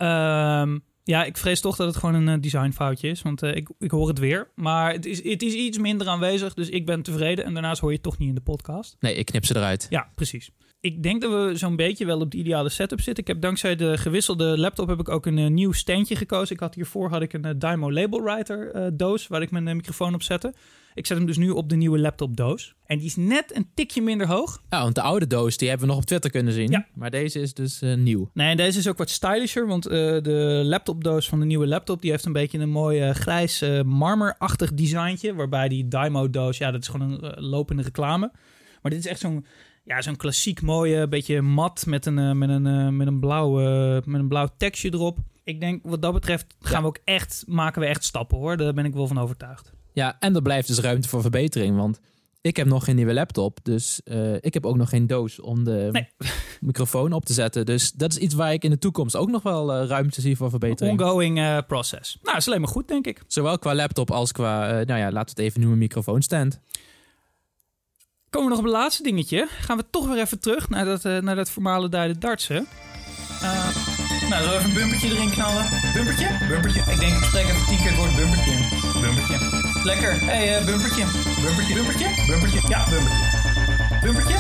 Um, Ja, ik vrees toch dat het gewoon een uh, designfoutje is. Want uh, ik, ik hoor het weer. Maar het is, het is iets minder aanwezig. Dus ik ben tevreden. En daarnaast hoor je het toch niet in de podcast. Nee, ik knip ze eruit. Ja, precies. Ik denk dat we zo'n beetje wel op de ideale setup zitten. Ik heb dankzij de gewisselde laptop heb ik ook een uh, nieuw standje gekozen. Ik had hiervoor had ik een uh, Dymo Label Writer uh, doos waar ik mijn uh, microfoon op zette. Ik zet hem dus nu op de nieuwe laptop doos. En die is net een tikje minder hoog. Ja, want de oude doos die hebben we nog op Twitter kunnen zien. Ja. Maar deze is dus uh, nieuw. Nee, en deze is ook wat stylischer. Want uh, de laptopdoos van de nieuwe laptop die heeft een beetje een mooi uh, grijs uh, marmerachtig designtje. Waarbij die Dymo doos, ja, dat is gewoon een uh, lopende reclame. Maar dit is echt zo'n, ja, zo'n klassiek mooie, beetje mat met een, uh, met een, uh, met een, blauw, uh, met een blauw tekstje erop. Ik denk wat dat betreft gaan ja. we ook echt, maken we echt stappen hoor. Daar ben ik wel van overtuigd. Ja, en er blijft dus ruimte voor verbetering. Want ik heb nog geen nieuwe laptop. Dus uh, ik heb ook nog geen doos om de nee. microfoon op te zetten. Dus dat is iets waar ik in de toekomst ook nog wel uh, ruimte zie voor verbetering. Ongoing uh, process. Nou, dat is alleen maar goed, denk ik. Zowel qua laptop als qua, uh, nou ja, laten we het even noemen, microfoonstand. Komen we nog op het laatste dingetje. Gaan we toch weer even terug naar dat, uh, naar dat voormalige dartsen. Uh, nou, zo even een bumpertje erin knallen. Bumpertje? Bumpertje. Ik denk, ik spreek even tien keer het woord bumpertje. Bumpertje. Lekker. Hé, hey, uh, bumpertje. Bumpertje. Bumpertje. Bumpertje. Ja, bumpertje. Bumpertje.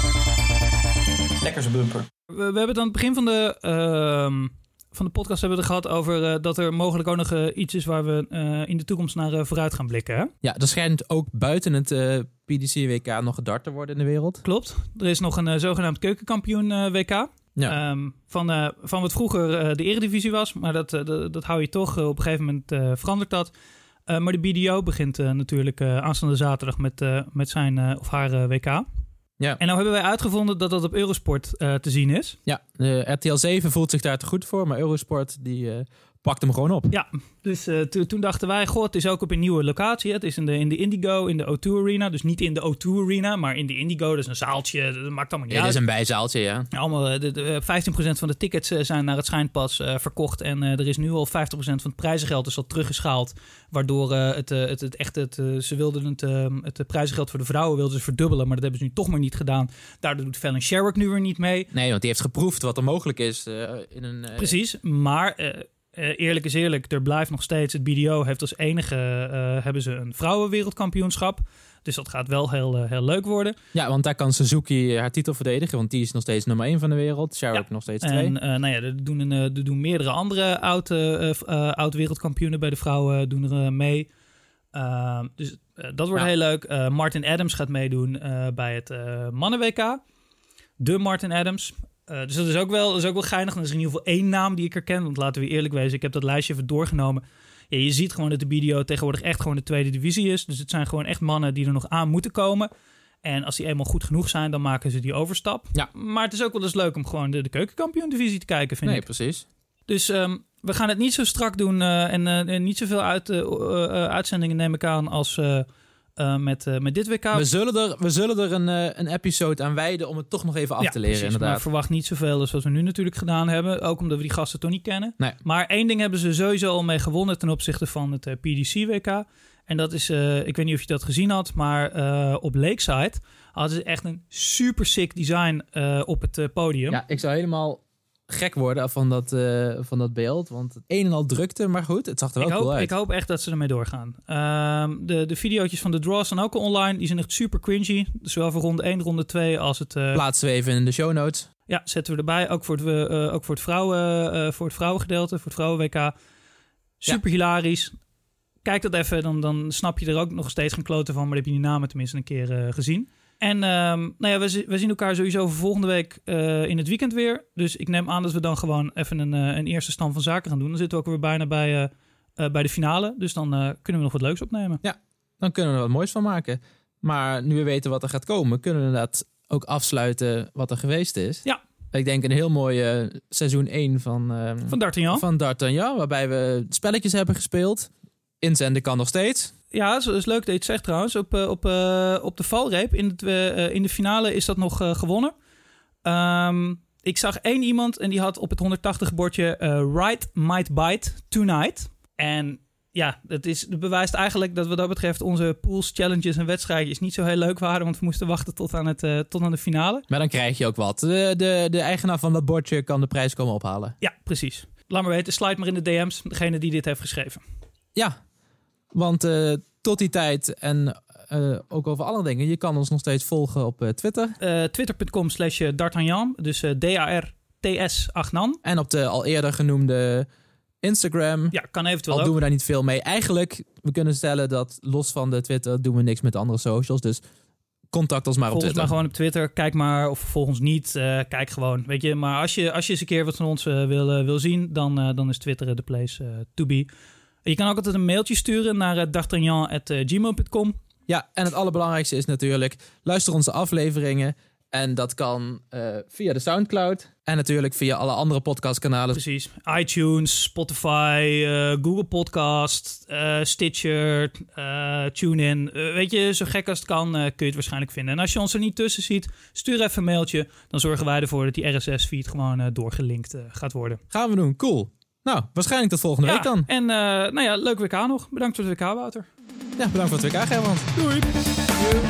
Lekker zo'n bumper. We, we hebben het aan het begin van de, uh, van de podcast hebben we het gehad over uh, dat er mogelijk ook nog uh, iets is waar we uh, in de toekomst naar uh, vooruit gaan blikken. Hè? Ja, er schijnt ook buiten het uh, P D C W K nog gedart te worden in de wereld. Klopt. Er is nog een uh, zogenaamd keukenkampioen uh, W K. Ja. Um, van, uh, van wat vroeger uh, de eredivisie was. Maar dat, uh, dat, dat hou je toch. Uh, op een gegeven moment uh, verandert dat. Uh, maar de B D O begint uh, natuurlijk uh, aanstaande zaterdag met, uh, met zijn uh, of haar uh, W K. Ja. En nou hebben wij uitgevonden dat dat op Eurosport uh, te zien is. Ja, uh, R T L zeven voelt zich daar te goed voor. Maar Eurosport die uh, pakt hem gewoon op. Ja, dus uh, to, toen dachten wij, goh, het is ook op een nieuwe locatie. Hè? Het is in de, in de Indigo, in de O twee Arena. Dus niet in de O twee Arena, maar in de Indigo. Dat is een zaaltje, dat maakt allemaal niet ja, uit. Het is een bijzaaltje, ja. Allemaal, de, de, vijftien procent van de tickets uh, zijn naar het schijnpas uh, verkocht. En uh, er is nu al vijftig procent van het prijzengeld is al teruggeschaald. Waardoor uh, het, uh, het, het echt, het, uh, ze wilden het, uh, het prijzengeld voor de vrouwen wilden ze verdubbelen. Maar dat hebben ze nu toch maar niet gedaan. Daardoor doet Fallon Sherrock nu weer niet mee. Nee, want die heeft geproefd wat er mogelijk is uh, in een... Uh... Precies, maar... Uh, Uh, eerlijk is eerlijk, er blijft nog steeds... Het B D O heeft als enige... Uh, hebben ze een vrouwenwereldkampioenschap. Dus dat gaat wel heel, uh, heel leuk worden. Ja, want daar kan Suzuki haar titel verdedigen. Want die is nog steeds nummer één van de wereld. Sherrock ja. nog steeds twee. En uh, nou ja, er doen, een, er doen meerdere andere oud, uh, uh, oud wereldkampioenen bij de vrouwen doen er uh, mee. Uh, dus uh, dat wordt ja. heel leuk. Uh, Martin Adams gaat meedoen uh, bij het uh, mannen-W K. De Martin Adams... Uh, dus dat is, ook wel, dat is ook wel geinig. En er is in ieder geval één naam die ik herken. Want laten we eerlijk wezen, ik heb dat lijstje even doorgenomen. Ja, je ziet gewoon dat de B D O tegenwoordig echt gewoon de tweede divisie is. Dus het zijn gewoon echt mannen die er nog aan moeten komen. En als die eenmaal goed genoeg zijn, dan maken ze die overstap. Ja. Maar het is ook wel eens leuk om gewoon de, de keukenkampioen-divisie te kijken, vind nee, ik. Nee, precies. Dus um, we gaan het niet zo strak doen uh, en uh, niet zoveel uit, uh, uh, uitzendingen neem ik aan als... Uh, uh, met, uh, met dit W K. We zullen er, we zullen er een, uh, een episode aan wijden om het toch nog even af ja, te leren. Precies, inderdaad. Maar verwacht niet zoveel als wat we nu natuurlijk gedaan hebben. Ook omdat we die gasten toch niet kennen. Nee. Maar één ding hebben ze sowieso al mee gewonnen ten opzichte van het uh, P D C W K. En dat is, uh, ik weet niet of je dat gezien had, maar uh, op Lakeside hadden ze echt een super sick design uh, op het uh, podium. Ja, ik zou helemaal gek worden van dat, uh, van dat beeld. Want het een en al drukte, maar goed, het zag er wel ik hoop, cool uit. Ik hoop echt dat ze ermee doorgaan. Um, de, de video's van de draws staan ook al online. Die zijn echt super cringy. Zowel voor ronde één, ronde twee als het... Uh... Plaatsen we even in de show notes. Ja, zetten we erbij. Ook voor het, uh, ook voor het, vrouwen, uh, voor het vrouwengedeelte, voor het vrouwen-W K. Super ja. hilarisch. Kijk dat even, dan, dan snap je er ook nog steeds geen kloten van. Maar dan heb je die namen tenminste een keer uh, gezien. En um, nou ja, we, we zien elkaar sowieso voor volgende week uh, in het weekend weer. Dus ik neem aan dat we dan gewoon even een, uh, een eerste stand van zaken gaan doen. Dan zitten we ook weer bijna bij, uh, uh, bij de finale. Dus dan uh, kunnen we nog wat leuks opnemen. Ja, dan kunnen we er wat moois van maken. Maar nu we weten wat er gaat komen, kunnen we inderdaad ook afsluiten wat er geweest is. Ja. Ik denk een heel mooi uh, seizoen één van, uh, van D'Artagnan. Van D'Artagnan, waarbij we spelletjes hebben gespeeld. Inzenden kan nog steeds. Ja, dat is leuk dat je het zegt trouwens. Op, uh, op, uh, op de valreep in, het, uh, in de finale is dat nog uh, gewonnen. Um, ik zag één iemand en die had op het honderdtachtig bordje uh, Ride Might Bite Tonight. En ja, het, is, het bewijst eigenlijk dat wat dat betreft onze pools, challenges en wedstrijdjes niet zo heel leuk waren. Want we moesten wachten tot aan, het, uh, tot aan de finale. Maar dan krijg je ook wat. De, de, de eigenaar van dat bordje kan de prijs komen ophalen. Ja, precies. Laat maar weten, slide maar in de D M's, degene die dit heeft geschreven. Ja, want uh, tot die tijd en uh, ook over alle dingen, je kan ons nog steeds volgen op uh, Twitter. Uh, Twitter.com slash D'Artagnan, dus uh, D A R T S Agnan. En op de al eerder genoemde Instagram. Ja, kan eventueel al ook. doen we daar niet veel mee. Eigenlijk, we kunnen stellen dat los van de Twitter doen we niks met andere socials. Dus contact ons maar volg op Twitter. Maar gewoon op Twitter. Kijk maar, of volg ons niet. Uh, kijk gewoon, weet je. Maar als je, als je eens een keer wat van ons uh, wil, uh, wil zien, dan, uh, dan is Twitter de place uh, to be. Je kan ook altijd een mailtje sturen naar uh, d'artagnan at gmail dot com. Ja, en het allerbelangrijkste is natuurlijk, luister onze afleveringen. En dat kan uh, via de Soundcloud. En natuurlijk via alle andere podcastkanalen. Precies. iTunes, Spotify, uh, Google Podcast, uh, Stitcher, uh, TuneIn. Uh, weet je, zo gek als het kan, uh, kun je het waarschijnlijk vinden. En als je ons er niet tussen ziet, stuur even een mailtje. Dan zorgen wij ervoor dat die R S S-feed gewoon uh, doorgelinkt uh, gaat worden. Gaan we doen. Cool. Nou, waarschijnlijk tot volgende ja, week dan. En uh, nou ja, leuk W K nog. Bedankt voor het W K, Wouter. Ja, bedankt voor het W K, Gerbrand. Doei. Doei.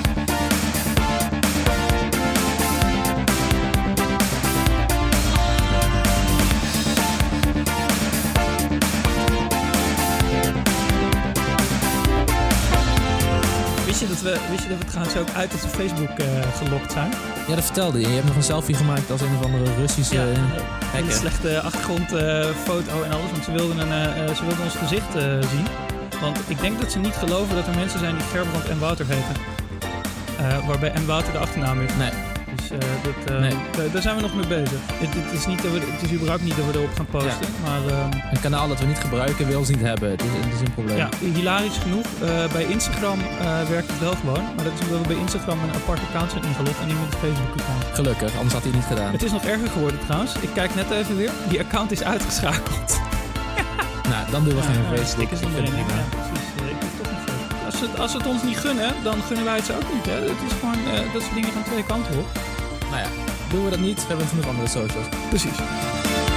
Wist je, dat we, wist je dat we trouwens ook uit onze Facebook uh, gelokt zijn? Ja, dat vertelde je. Je hebt nog een selfie gemaakt als een of andere Russische ja, uh, een hele slechte achtergrondfoto uh, en alles. Want ze wilden, een, uh, ze wilden ons gezicht uh, zien. Want ik denk dat ze niet geloven dat er mensen zijn die Gerbrand en Wouter heten. Uh, waarbij en Wouter de achternaam is. Nee. Dus uh, dat, uh, nee. d- daar zijn we nog mee bezig. Het, het, is niet dat we, het is überhaupt niet dat we erop gaan posten. Ja. Maar, uh, een kanaal dat we niet gebruiken wil ons niet hebben. Het is, het is een probleem. Ja, hilarisch genoeg. Uh, bij Instagram uh, werkt het wel gewoon. Maar dat is omdat we bij Instagram een apart account zijn ingelogd en niet met een Facebook-account. Gelukkig, anders had hij het niet gedaan. Het is nog erger geworden trouwens. Ik kijk net even weer. Die account is uitgeschakeld. Nou, dan doen we ja, geen uh, Facebook. Is erin, ja, ja, precies. Uh, ik hoef toch niet Facebook. Als ze, als ze het ons niet gunnen, dan gunnen wij het ze ook niet. Hè? Het is gewoon, uh, dat soort dingen gaan twee kanten op. Nou ja, doen we dat niet, we hebben genoeg andere socials. Precies.